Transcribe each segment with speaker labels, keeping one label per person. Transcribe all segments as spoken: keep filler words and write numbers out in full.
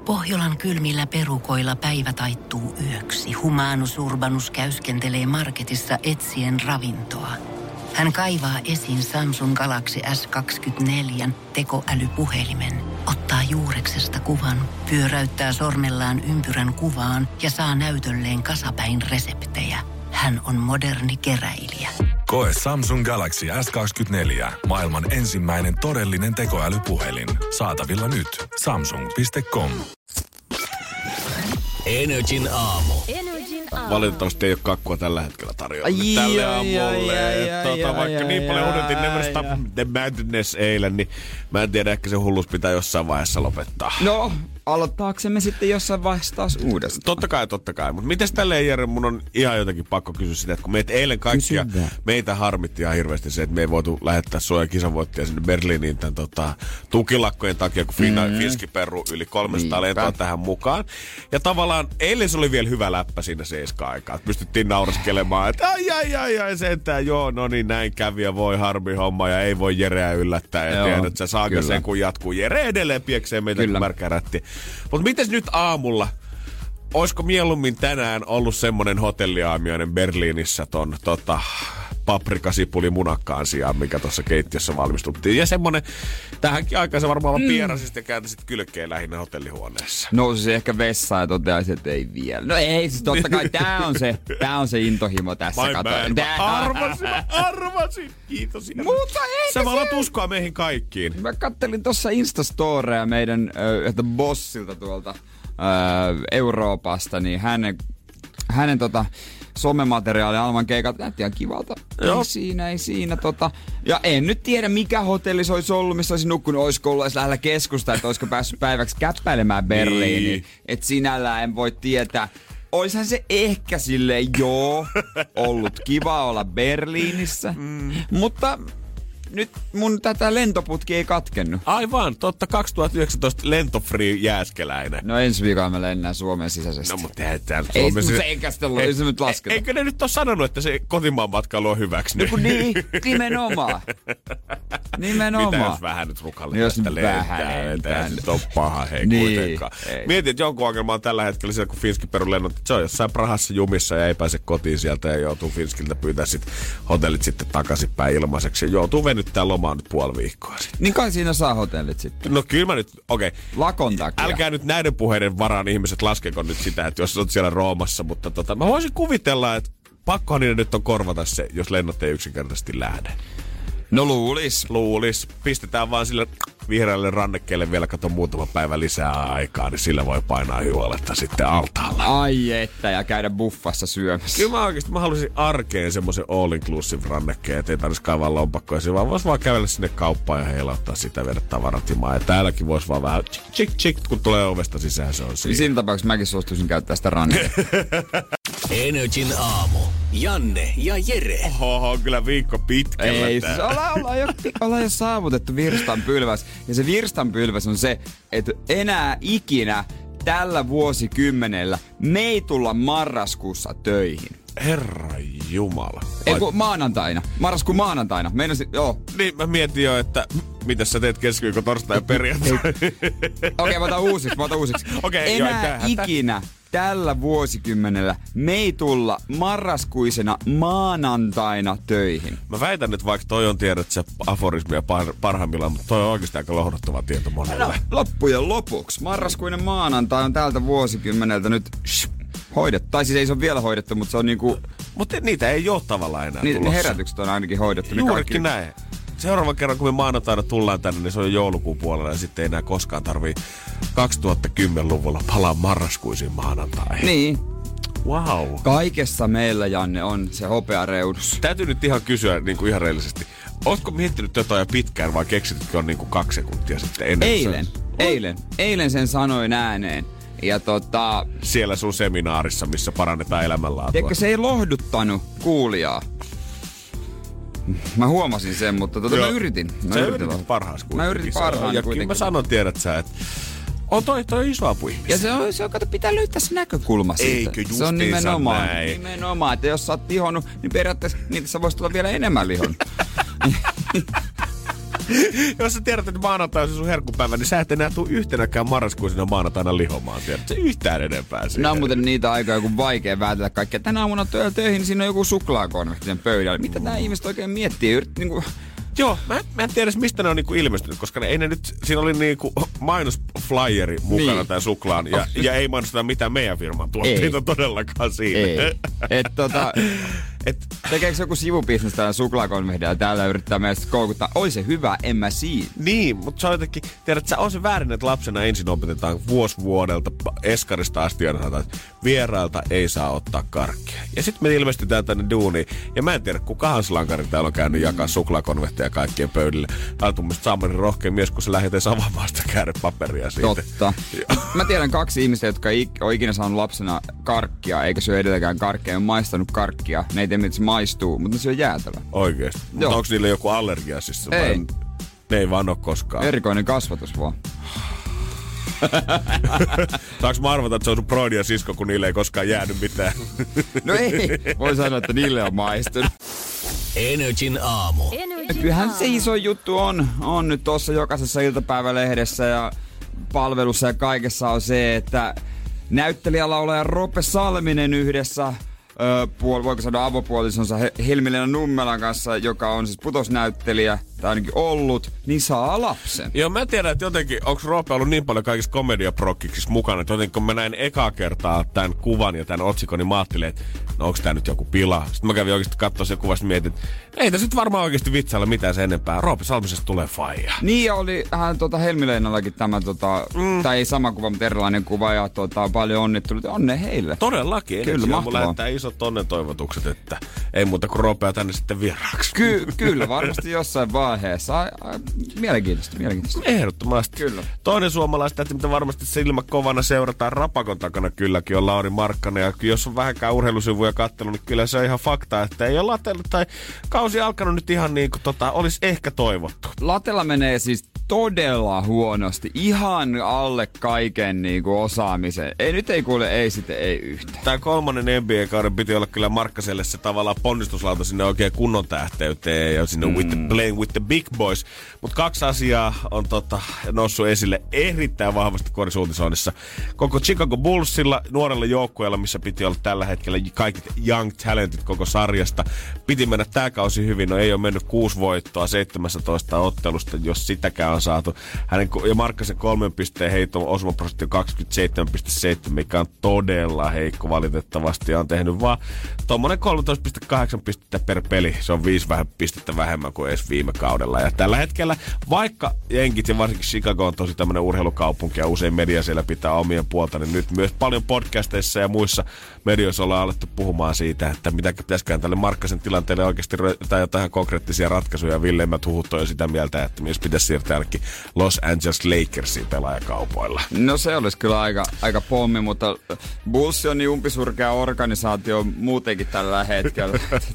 Speaker 1: Pohjolan kylmillä perukoilla päivä taittuu yöksi. Humanus Urbanus käyskentelee marketissa etsien ravintoa. Hän kaivaa esiin Samsung Galaxy S kaksikymmentäneljä tekoälypuhelimen, ottaa juureksesta kuvan, pyöräyttää sormellaan ympyrän kuvaan ja saa näytölleen kasapäin reseptejä. Hän on moderni keräilijä.
Speaker 2: Koe Samsung Galaxy S kaksikymmentäneljä, maailman ensimmäinen todellinen tekoälypuhelin. Saatavilla nyt. samsung piste com.
Speaker 3: N R J:n aamu.
Speaker 4: Valitettavasti ei ole kakkua tällä hetkellä tarjolla
Speaker 5: Ai,
Speaker 4: tälle
Speaker 5: ai,
Speaker 4: aamulle.
Speaker 5: ai, ai,
Speaker 4: Tota,
Speaker 5: ai,
Speaker 4: vaikka
Speaker 5: ai,
Speaker 4: niin
Speaker 5: ai,
Speaker 4: paljon
Speaker 5: ai,
Speaker 4: odotin
Speaker 5: ai,
Speaker 4: Never
Speaker 5: ai,
Speaker 4: Stop
Speaker 5: ai.
Speaker 4: the Madness eilen, niin mä en tiedä, ehkä se hullus pitää jossain vaiheessa lopettaa.
Speaker 5: No, aloittaaksemme sitten jossain vaiheessa taas uudestaan.
Speaker 4: Totta kai, totta kai. Mutta mites tälleen, Jere, mun on ihan jotenkin pakko kysyä sitä, että kun meitä eilen kaikkia,
Speaker 5: Kysy vaan.
Speaker 4: meitä harmitti ihan hirveästi se, että me ei voitu lähettää Suomen kisanvoittajia sinne Berliiniin tämän tota, tukilakkojen takia, kun Finna, mm. Finski peru yli kolmesataa
Speaker 5: Niinpä.
Speaker 4: lentoa tähän mukaan. Ja tavallaan eilen se oli vielä hyvä läppä siinä seiska-aikaa. Pystyttiin nauraskelemaan, että ai ai ai ai sentään, joo, no niin näin kävi ja voi harmi homma ja ei voi Jereä yllättää. Ja tiedät, että sä saakaan sen kun jatkuu. Jere edelleen pieksee meitä kuin märkä rätti. Mutta mites nyt aamulla? Oisko mieluummin tänään ollut semmonen hotelliaamiainen Berliinissä ton tota, paprikasipuli munakkaan sijaan, mikä tuossa keittiössä valmistuttiin. Ja semmonen, tähänkin aikaan se varmaan vaan mm. pierasit ja kääntäisit kylkeen lähinnä hotellihuoneessa.
Speaker 5: Nousi ehkä vessaan ja toteaisi, että ei vielä. No ei, siis totta kai tää on se, tää on se intohimo tässä.
Speaker 4: My man, mä arvasin, mä arvasin. Kiitos.
Speaker 5: Mutta eikä
Speaker 4: sä vaan uskoa meihin kaikkiin.
Speaker 5: Mä kattelin tossa Instastoreja meidän äh, bossilta tuolta äh, Euroopasta, niin hänen, hänen tota, somemateriaali Alman keikat näytti ihan kivalta.
Speaker 4: Joo.
Speaker 5: Ei siinä, ei siinä. Tota. Ja en nyt tiedä, mikä hotelli se olisi ollut, missä olisi nukkunut. Olisiko ollut edes lähellä keskusta, että olisiko päässyt päiväksi käppäilemään Berliiniin.
Speaker 4: Niin.
Speaker 5: Että sinällään en voi tietää. Oishan se ehkä silleen joo ollut kiva olla Berliinissä, mm. mutta nyt mun tätä lentoputki ei katkennut.
Speaker 4: Aivan, totta kaksituhattayhdeksäntoista lentofree jääskeläinen.
Speaker 5: No ensi viikolla mä lennään Suomeen sisäisesti.
Speaker 4: No mutta ei tää
Speaker 5: Ei,
Speaker 4: Suomen
Speaker 5: se eikä sitä ollut, ei se nyt lasketa.
Speaker 4: Eikö ne nyt ole sanonut, että se kotimaan matkailu on hyväksynyt?
Speaker 5: No kun niin, nimenomaan. Nimenomaan.
Speaker 4: Mitä jos vähän nyt rukalle
Speaker 5: Jos
Speaker 4: tästä
Speaker 5: vähän
Speaker 4: lentää?
Speaker 5: ei,
Speaker 4: Ei nyt on paha, hei
Speaker 5: niin,
Speaker 4: kuitenkaan.
Speaker 5: ei.
Speaker 4: Mietin, että jonkun ongelma on tällä hetkellä siellä, kun Finski peru lennot, että se on jossain Prahassa jumissa ja ei pääse kotiin sieltä ja joutuu Finskiltä pyytää sit hotellit sitten takaisinpäin ilmaiseksi. Ja joutuu venyttää lomaa nyt puoli viikkoa sitten.
Speaker 5: Niin kai siinä saa hotellit sitten.
Speaker 4: No kyllä mä nyt, okei. Okay.
Speaker 5: Lakon takia.
Speaker 4: Älkää nyt näiden puheiden varaan ihmiset laskeko nyt sitä, että jos olet siellä Roomassa, mutta tota, mä voisin kuvitella, että pakkohan niiden nyt on korvata se, jos lennot ei yksinkertaisesti lähde.
Speaker 5: No luulis.
Speaker 4: Luulis. Pistetään vaan sille vihreälle rannekkeelle vielä kato muutama päivä lisää aikaa, niin sillä voi painaa huoletta sitten altaalla.
Speaker 5: Ai että, ja käydä buffassa syömässä.
Speaker 4: Kyllä mä oikeesti mä haluaisin arkeen semmoisen all-inclusive rannekkeen, ettei tarvitsisi kaivaa lompakkoja, vaan vois vaan kävellä sinne kauppaan ja heilauttaa sitä, viedä tavarat himaan. Ja täälläkin vois vaan vähän tsk, tsk, tsk, kun tulee ovesta sisään, se on siinä.
Speaker 5: Siinä tapauksessa mäkin suostuisin käyttää sitä rannekkeja.
Speaker 3: N R J:n aamu. Janne ja Jere.
Speaker 4: Oho, on kyllä viikko pitkällä.
Speaker 5: Ei, siis ollaan, ollaan, jo, ollaan jo saavutettu virstanpylväs. Ja se virstanpylväs on se, että enää ikinä tällä vuosikymmenellä me ei tulla marraskuussa töihin.
Speaker 4: Herra Jumala.
Speaker 5: Ei kun maanantaina. Marraskuun maanantaina. Meinasin, joo.
Speaker 4: Niin mä mietin jo, että mitä sä teet keskiviikko, torstai ja perjantai.
Speaker 5: Okei, okay, mä otan uusiksi, mä otan uusiksi.
Speaker 4: Okay,
Speaker 5: enää
Speaker 4: joo,
Speaker 5: ikinä tällä vuosikymmenellä me ei tulla marraskuisena maanantaina töihin.
Speaker 4: Mä väitän, että vaikka toi on tiedät se aforismia par- parhaimmillaan, mutta toi on oikeasti aika lohduttava tieto monelle.
Speaker 5: No, loppujen lopuksi. Marraskuinen maanantai on tältä vuosikymmeneltä nyt shh, hoidettu. Tai siis ei se ole vielä hoidettu, mutta se on niinku...
Speaker 4: Mutta niitä ei ole tavallaan enää
Speaker 5: Ni,
Speaker 4: tulossa.
Speaker 5: Ne herätykset on ainakin hoidettu.
Speaker 4: Juurikin näin. Seuraavan kerran, kun me maanantaina tullaan tänne, niin se on joulukuun puolella ja sitten ei enää koskaan tarvii kaksituhattakymmenluvulla palaa marraskuisiin maanantaihin.
Speaker 5: Niin.
Speaker 4: Wow.
Speaker 5: Kaikessa meillä, Janne, on se hopeareudus.
Speaker 4: Täytyy nyt ihan kysyä niin kuin ihan reellisesti. Ootko miettinyt jotain jo pitkään vai keksitytkö on niin kuin kaksi sekuntia sitten ennen?
Speaker 5: Eilen. Eilen. Eilen sen sanoin ääneen. Ja tota...
Speaker 4: Siellä sun seminaarissa, missä parannetaan elämänlaatua.
Speaker 5: Tiedätkö, se ei lohduttanut kuulijaa. Mä huomasin sen, mutta tota mä yritin. Mä
Speaker 4: sä
Speaker 5: yritin
Speaker 4: yritit parhaas kuitenkin.
Speaker 5: Mä yritin parhaan
Speaker 4: ja
Speaker 5: kuitenkin.
Speaker 4: kyllä mä sanon, tiedät sä, että on toi, toi iso apu ihmisiä.
Speaker 5: Ja se on, se on, kato, pitää löytää se näkökulma siitä.
Speaker 4: Eikö justiinsa
Speaker 5: se on nimenomaan,
Speaker 4: näin.
Speaker 5: nimenomaan, että jos sä oot lihonnut, niin periaatteessa niitä sä voisit tulla vielä enemmän lihonnut.
Speaker 4: Jos sä tiedät, että maanantai on se sun herkkupäivä, niin sä et enää tuu yhtenäkään marraskuisena maanantaina lihomaan. Tiedät se yhtään enempää siihen.
Speaker 5: Nämä on muuten niitä aikoja, kun vaikea päätellä kaikkea. Tänä aamuna töihin, niin siinä on joku suklaakonvehti sen pöydällä. Mitä tää ihmiset oikein miettii? Yrit, niin kuin...
Speaker 4: Joo, mä, mä en tiedä edes mistä ne on niinku ilmestynyt, koska ne, ei ne nyt, siinä oli niinku mainosflyeri mukana niin. Tän suklaan, ja, ja ei mainosteta mitään meidän firman tuotteita todellakaan siinä.
Speaker 5: Ei. Et tota, et, tekeekö joku sivubisnes tällä suklaakonvehdillä ja täällä yrittää meistä koukuttaa? Oi se hyvä, en mä siinä.
Speaker 4: Niin, mutta se on jotenkin, tiedät sä, on se väärin, että lapsena ensin opetetaan vuosi vuodelta eskarista asti ja sanotaan, että vierailta ei saa ottaa karkkia. Ja sitten me ilmestytään tänne duuniin, ja mä en tiedä, kukahan slankari täällä on käynyt jakaa suklaakonvehteja kaikkien pöydille. Tää on mun mielestä saamani rohkea mies, kun sä lähdet avaamaan sitä käärepaperia siitä.
Speaker 5: Totta. Mä tiedän kaksi ihmistä, jotka ei ole ikinä saanut lapsena karkkia, eikä syö edelläkään karkkia, on maistanut karkkia. Ne ei tiedä, mitä se maistuu, mutta ne syö jäätävä.
Speaker 4: Oikeesti? Mutta onko niillä joku allergia siis?
Speaker 5: Ei.
Speaker 4: Vai... Ne ei vaan oo koskaan.
Speaker 5: Erikoinen kasvatus vaan.
Speaker 4: Saanko mä arvata, että se on sun broidi ja sisko, kun niille ei koskaan jäänyt mitään?
Speaker 5: No ei. Voi sanoa, että niille on maistunut.
Speaker 3: Energin aamu.
Speaker 5: Kyllähän se iso juttu on, on nyt tuossa jokaisessa iltapäivälehdessä ja palvelussa ja kaikessa on se, että näyttelijälaulaja Roope Salminen yhdessä, öö, puol- voiko sanoa avopuolisonsa Helmi-Leena Nummelan kanssa, joka on siis putosnäyttelijä, tai ainakin ollut, niin saa lapsen.
Speaker 4: Joo, mä tiedän, että jotenkin, onko Roope ollut niin paljon kaikissa komediaprokkiksissa mukana, että jotenkin kun mä näin ekaa kertaa tämän kuvan ja tämän otsikon, niin mä ajattelin, että no onko tää nyt joku pila. Sitten mä kävin oikeasti katsoa sen kuvasta ja mietin, että ei tässä nyt varmaan oikeasti vitsailla mitään sen enempää. Roope Salmisesta tulee faija.
Speaker 5: Niin, ja oli hän tota, Helmi-Leenallakin tämä, tota, mm. tai ei sama kuva, mutta erilainen kuva, ja tota, paljon onnittelut. Onne heille.
Speaker 4: Todellakin.
Speaker 5: Kyllä, mahtavaa.
Speaker 4: Mulla lähettää isot onnentoivotukset, että ei muuta kuin Roopea tänne sitten vieraaksi.
Speaker 5: Ky- kyllä, varmasti jossain vaiheessa. Ai, ai, mielenkiintoista, mielenkiintoista.
Speaker 4: Ehdottomasti.
Speaker 5: Kyllä.
Speaker 4: Toinen suomalaistähti, mitä varmasti silmä kovana seurataan Rapakon takana kylläkin, on Lauri Markkanen. Ja jos on vähänkään urheilusivuja katsellut, niin kyllä se on ihan fakta, että ei ole latellut tai kausi alkanut nyt ihan niin kuin tota, olisi ehkä toivottu.
Speaker 5: Latella menee siis todella huonosti. Ihan alle kaiken niin kuin osaamisen. Ei nyt ei kuule, ei sitten ei yhtään.
Speaker 4: Tämä kolmannen N B A-kauden piti olla kyllä Markkaselle se tavallaan ponnistuslauta sinne oikein kunnon tähteyteen ja sinne mm. with the, playing with the big boys. Mutta kaksi asiaa on tota, noussut esille erittäin vahvasti korisuutisoinnissa. Koko Chicago Bullsilla, nuorella joukkueella, missä piti olla tällä hetkellä kaikki young talentit koko sarjasta. Piti mennä tää kausi hyvin, no ei ole mennyt kuusi voittoa seitsemäntoista ottelusta, jos sitäkään on saatu. Hänen ja Markkasen kolmen pisteen heiton osumaprosentti on kaksikymmentäseitsemän pilkku seitsemän, mikä on todella heikko valitettavasti. Ja on tehnyt vaan tommonen kolmetoista pilkku kahdeksan pistettä per peli. Se on viisi vähän pistettä vähemmän kuin edes viime kaudella. Ja tällä hetkellä, vaikka jenkit ja varsinkin Chicago on tosi tämmönen urheilukaupunki ja usein media siellä pitää omien puolta, niin nyt myös paljon podcasteissa ja muissa medioissa ollaan alettu puhumaan siitä, että mitä pitäisikään tälle Markkasen tilanteelle oikeasti tai jotain konkreettisia ratkaisuja. Villeimmät huhut on jo sitä mieltä, että myös pitäisi siirtää ainakin Los Angeles Lakersiin pelaajakaupoilla.
Speaker 5: No se olisi kyllä aika, aika pommi, mutta Bulls on niin umpisurkea organisaatio muutenkin tällä hetkellä.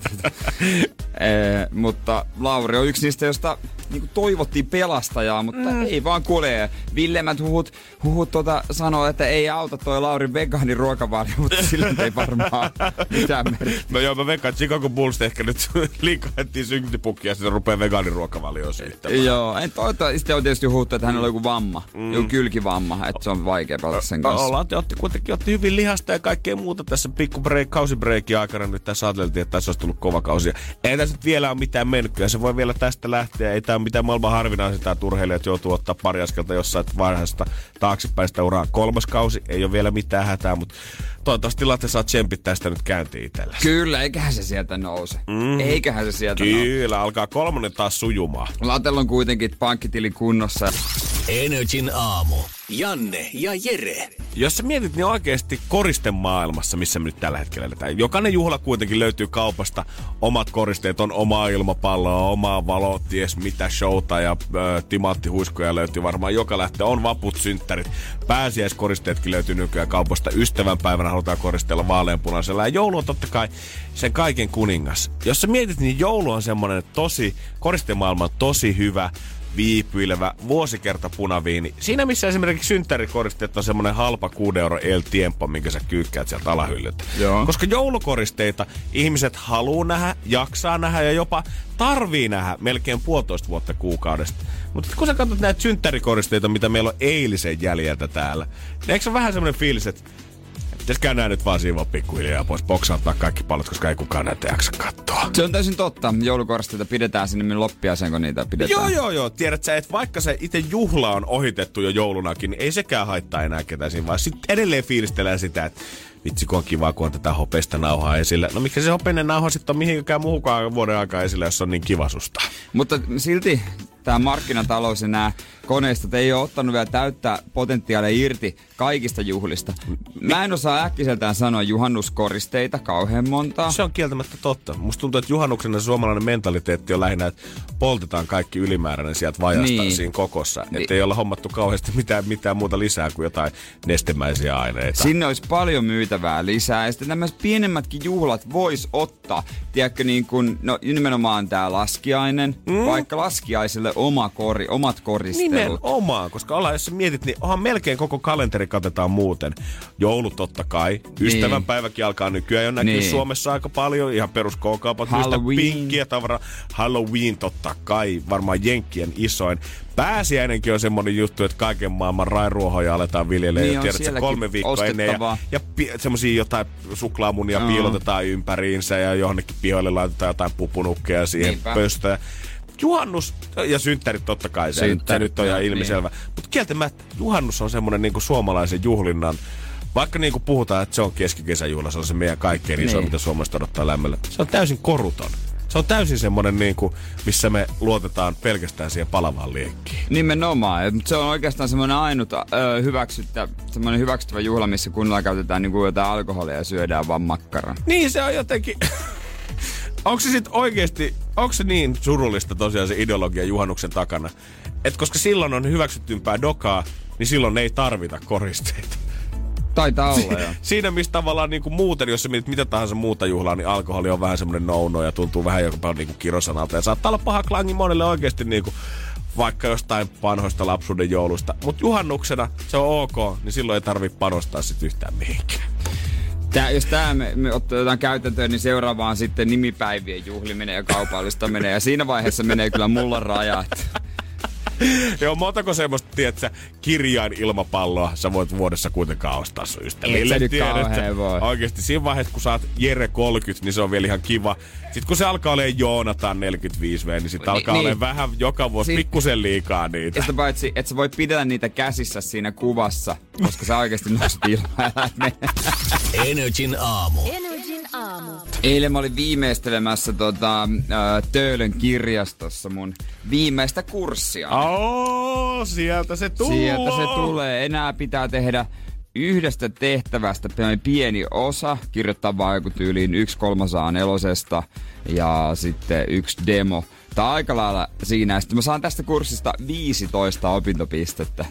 Speaker 5: e, mutta Lauri on yksi niistä, josta niin toivottiin pelastajaa, mutta mm. ei vaan kuule. Villeimmät huhut, huhut tuota, sanoo, että ei auta toi Laurin vegaanin ruokavalio, mutta sillä ei varmaan mitään merkitystä.
Speaker 4: No joo, mä veikkaan, että Chicago Bulls ehkä nyt liikahettiin syntipukki ja sitten rupeaa vegaanin ruokavalioon syyttämään.
Speaker 5: Joo, en toivottavasti. Sitten on tietysti huhuttu, että hänellä on joku vamma, mm. joku kylkivamma, että se on vaikea pelata sen kanssa.
Speaker 4: Ollaan, te otti kuitenkin otti hyvin lihasta ja kaikkea muuta tässä pikku break, kausibreikin aikana. Nyt tässä ajateltiin, että tässä olisi tullut kova kausi. Ei tässä nyt vielä ole mitään mennyt, ja se voi vielä tästä lähteä. Ei tämä ole mitään maailman harvinaisinta, että urheilijat joutuu ottaa pari askelta jossain vaiheesta taaksepäin sitä uraa. Kolmas kausi, ei ole vielä mitään hätää, mutta toivottavasti Latte saa tsempit tästä nyt käyntiin itsellesi.
Speaker 5: Kyllä, eiköhän se sieltä nouse. Mm. Eiköhän se sieltä
Speaker 4: Kyllä,
Speaker 5: nouse.
Speaker 4: Kyllä, alkaa kolmonen taas sujumaan.
Speaker 5: Latella on kuitenkin pankkitili kunnossa.
Speaker 3: Energin aamu. Janne ja Jere.
Speaker 4: Jos sä mietit, niin oikeasti koristemaailmassa, missä me nyt tällä hetkellä eletään. Jokainen juhla kuitenkin löytyy kaupasta. Omat koristeet on omaa ilmapalloa, omaa valo, ties mitä showta ja ö, timaattihuiskuja löytyy varmaan joka lähtee. On vaput, synttärit, pääsiäiskoristeetkin löytyy nykyään kaupasta. Ystävänpäivänä halutaan koristella vaaleanpunaisella. Ja joulu on totta kai sen kaiken kuningas. Jos sä mietit, niin joulu on semmoinen tosi, koristemaailma on tosi hyvä. viipyilevä vuosikerta punaviini. Siinä missä esimerkiksi synttärikoristeet on semmonen halpa kuuden euro El Tiempo, minkä sä kyykkäät sieltä alahyllyltä.
Speaker 5: Joo.
Speaker 4: Koska joulukoristeita ihmiset haluu nähdä, jaksaa nähdä ja jopa tarvii nähdä melkein puolitoista vuotta kuukaudesta. Mutta kun sä katsot näitä synttärikoristeita, mitä meillä on eilisen jäljeltä täällä, niin eikö se vähän semmonen fiilis, että pitäisikö nää nyt vaan siivoa pikkuhiljaa pois, boksauttaa kaikki pallot, koska ei kukaan näitä jaksa katsoa.
Speaker 5: Se on täysin totta. Joulukoristeita pidetään sinne minun loppiaisen, kun niitä pidetään.
Speaker 4: Joo, joo, joo. Tiedät sä, että vaikka se itse juhla on ohitettu jo joulunakin, niin ei sekään haittaa enää ketään siinä, vaan sitten edelleen fiilistellään sitä, että vitsi, kun on kivaa, kun on tätä hopeista nauhaa esillä. No mikä se hopeinen nauha sitten on mihinkään muuhunkaan vuoden aikaa esillä, jos on niin kiva susta.
Speaker 5: Mutta silti tämä markkinatalous ja nämä koneistot ei ole ottanut vielä täyttä potentiaalia irti kaikista juhlista. Mä en osaa äkkiseltään sanoa juhannuskoristeita kauhean montaa.
Speaker 4: Se on kieltämättä totta. Musta tuntuu, että juhannuksena suomalainen mentaliteetti on lähinnä, että poltetaan kaikki ylimääräinen sieltä vajasta niin. Siinä kokossa. Niin. Että ei olla hommattu kauheasti mitään, mitään muuta lisää kuin jotain nestemäisiä aineita.
Speaker 5: Sinne olisi paljon myytävää lisää. Ja sitten nämä pienemmätkin juhlat vois ottaa. Tiedätkö, niin kuin, no nimenomaan tää laskiainen, mm. vaikka laskiaiselle oma kori, omat koristelut.
Speaker 4: Nimenomaan, koska ollaan, jos sä mietit, niin onhan melkein koko kalenteri katetaan muuten. Joulut totta kai. Ystävänpäiväkin niin. Alkaa nykyään jo näkyy niin. Suomessa aika paljon. Ihan perus K-kaupat. Pinkkiä tavaraa. Halloween totta kai. Varmaan jenkkien isoin. Pääsiäinenkin on semmonen juttu, että kaiken maailman rairuohoja aletaan viljelemään. Niin tiedät, se kolme viikkoa ennen. Ja, ja pi- semmosia jotain suklaamunia no. piilotetaan ympäriinsä ja johonnekin pihoille laitetaan jotain pupunukkeja siihen Niinpä. Pöstöön. Juhannus ja synttärit totta kai, se, nyt, se nyt on ihan ilmiselvä. Niin. Mutta kieltämättä juhannus on semmoinen niinku suomalaisen juhlinnan, vaikka niinku puhutaan, että se on keskikesäjuhla, se on se meidän kaikkein iso, niin. Mitä Suomesta odottaa lämmöllä. Se on täysin koruton. Se on täysin semmoinen, niinku, missä me luotetaan pelkästään siihen palavaan liekkiin.
Speaker 5: Nimenomaan. Se on oikeastaan semmoinen ainut öö, hyväksyttä, semmoinen hyväksyttävä juhla, missä kunnolla käytetään niinku jotain alkoholia ja syödään vaan makkaraa.
Speaker 4: Niin, se on jotenkin... Onko se sitten oikeesti, onko se niin surullista tosiaan se ideologia juhannuksen takana? Että koska silloin on hyväksyttympää dokaa, niin silloin ei tarvita koristeita.
Speaker 5: Taitaa olla, joo.
Speaker 4: Siinä missä tavallaan niinku muuten, jos sä mietit mitä tahansa muuta juhlaa, niin alkoholi on vähän semmoinen no-no ja tuntuu vähän jopa niinku kirosanalta. Ja saattaa olla paha klangi monelle oikeesti niinku vaikka jostain vanhoista lapsuuden joulusta. Mutta juhannuksena se on ok, niin silloin ei tarvitse panostaa sit yhtään mihinkään.
Speaker 5: Tää, jos tää me, me otetaan käytäntöön, niin seuraavaan sitten nimipäivien juhliminen ja kaupallistaminen. Ja siinä vaiheessa menee kyllä mulla rajat.
Speaker 4: Joo, montako semmoista, tiedätkö, kirjain ilmapalloa sä voit vuodessa kuitenkaan ostaa sun ystäville.
Speaker 5: Et sä nyt kauhean voi.
Speaker 4: Oikeesti siinä vaiheessa, kun sä oot Jere kolmekymmentä, niin se on vielä ihan kiva. Sitten kun se alkaa olemaan Joonatan neljäkymmentäviisi vuotta, niin sit Ni, alkaa niin. Olemaan vähän joka vuosi si- pikkusen liikaa niitä.
Speaker 5: Ja sitä paitsi, että sä voit pidellä niitä käsissä siinä kuvassa, koska sä oikeesti nostat ilmaa.
Speaker 3: Energin aamu.
Speaker 6: Energin aamu.
Speaker 5: Eilen mä olin viimeistelemässä tota, äh, Töölön kirjastossa mun viimeistä kurssia.
Speaker 4: Oh, sieltä se tulee.
Speaker 5: Sieltä se tulee. Enää pitää tehdä yhdestä tehtävästä pieni osa, kirjoittaa vaan joku tyyliin yksi kolmasaa nelosesta ja sitten yksi demo. Tää on aika lailla siinä. Sitten mä saan tästä kurssista viisitoista opintopistettä.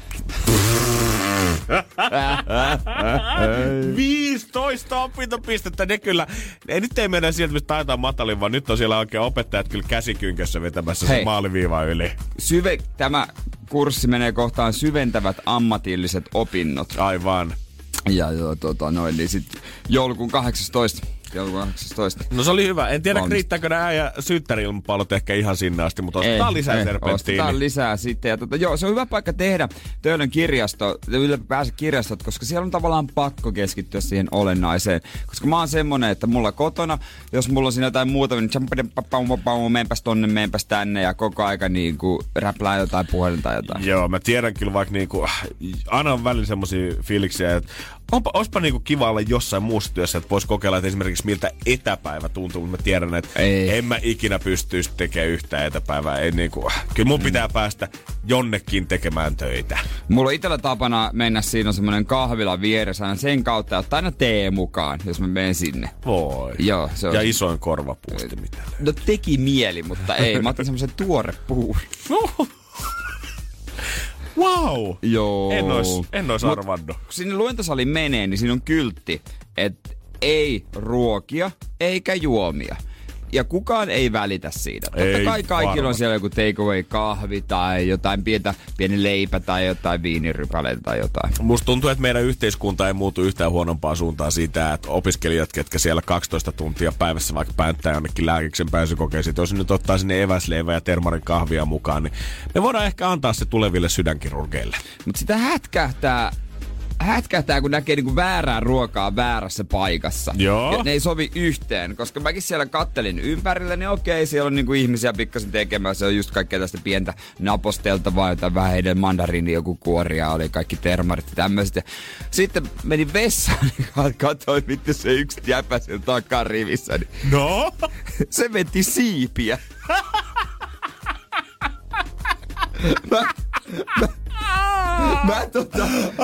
Speaker 4: viisitoista opintopistettä, ne kyllä, ei nyt ei mennä sieltä, mistä taitaa matalin, vaan nyt on siellä oikein opettajat kyllä käsikynkässä vetämässä se maaliviiva yli.
Speaker 5: Syve, tämä kurssi menee kohtaan syventävät ammatilliset opinnot.
Speaker 4: Aivan.
Speaker 5: Ja joo, tota noin, niin sit joulukuun kahdeksastoista Joulukuun kahdeksastoista
Speaker 4: No se oli hyvä. En tiedä, riittääkö nämä äijä synttäri-ilmapallot ehkä ihan sinne asti, mutta ostetaan lisää serpenttiini.
Speaker 5: Ostetaan lisää sitten. Ja tota, joo, se on hyvä paikka tehdä Töölön kirjasto, ylipäänsä kirjastot, koska siellä on tavallaan pakko keskittyä siihen olennaiseen. Koska mä oon semmonen, että mulla kotona, jos mulla on siinä jotain muuta, niin meenpäs tonne, meenpäs tänne ja koko aika niinku räplää jotain puhelin tai jotain.
Speaker 4: Joo, mä tiedän kyllä vaikka niinku, aina on välillä semmosia fiiliksiä, että onpa, olisipa niinku kiva olla jossain muussa työssä, että vois kokeilla, että esimerkiksi miltä etäpäivä tuntuu, mutta mä tiedän, että ei. En mä ikinä pystyisi tekemään yhtään etäpäivää. Ei niinku, kyllä mun pitää mm. päästä jonnekin tekemään töitä.
Speaker 5: Mulla on itsellä tapana mennä, siinä on semmonen kahvila vieressä aina sen kautta ja ottaa aina tee mukaan, jos mä menen sinne.
Speaker 4: Voi.
Speaker 5: Joo, se on
Speaker 4: ja
Speaker 5: se.
Speaker 4: Isoin korvapuusti mitä.
Speaker 5: No teki mieli, mutta ei. Mä otin semmosen tuorepuun.
Speaker 4: Wow!
Speaker 5: Joo.
Speaker 4: En ois, en ois arvannut.
Speaker 5: Kun sinne luentosaliin menee, niin siinä on kyltti, että ei ruokia eikä juomia. ja kukaan ei välitä siitä. Totta
Speaker 4: Ei
Speaker 5: kai kaikilla
Speaker 4: varmasti.
Speaker 5: on siellä joku takeaway kahvi tai jotain pientä, pieni leipä tai jotain viinirypäleitä tai jotain.
Speaker 4: Musta tuntuu, että meidän yhteiskunta ei muutu yhtään huonompaa suuntaan siitä, että opiskelijat, ketkä siellä kaksitoista tuntia päivässä vaikka päättää jonnekin lääkiksen pääsykokeisiin, jos nyt ottaa sinne eväsleivä ja termarin kahvia mukaan, niin me voidaan ehkä antaa se tuleville sydänkirurgeille.
Speaker 5: Mutta sitä hätkähtää, hätkähtää, kun näkee niinku väärää ruokaa väärässä paikassa.
Speaker 4: Joo.
Speaker 5: Ja ne ei sovi yhteen, koska mäkin siellä kattelin ympärillä, niin okei, siellä on niinku ihmisiä pikkasen tekemässä, on just kaikkea tästä pientä naposteltavaa, jotain vähän heidän mandariini, joku kuoria, oli kaikki termarit ja tämmöiset. Ja sitten menin vessaan, niin katsoin, miten se yksi jäpä siellä takarivissä, niin
Speaker 4: No?
Speaker 5: se veti siipiä. mä, mä, mä tota...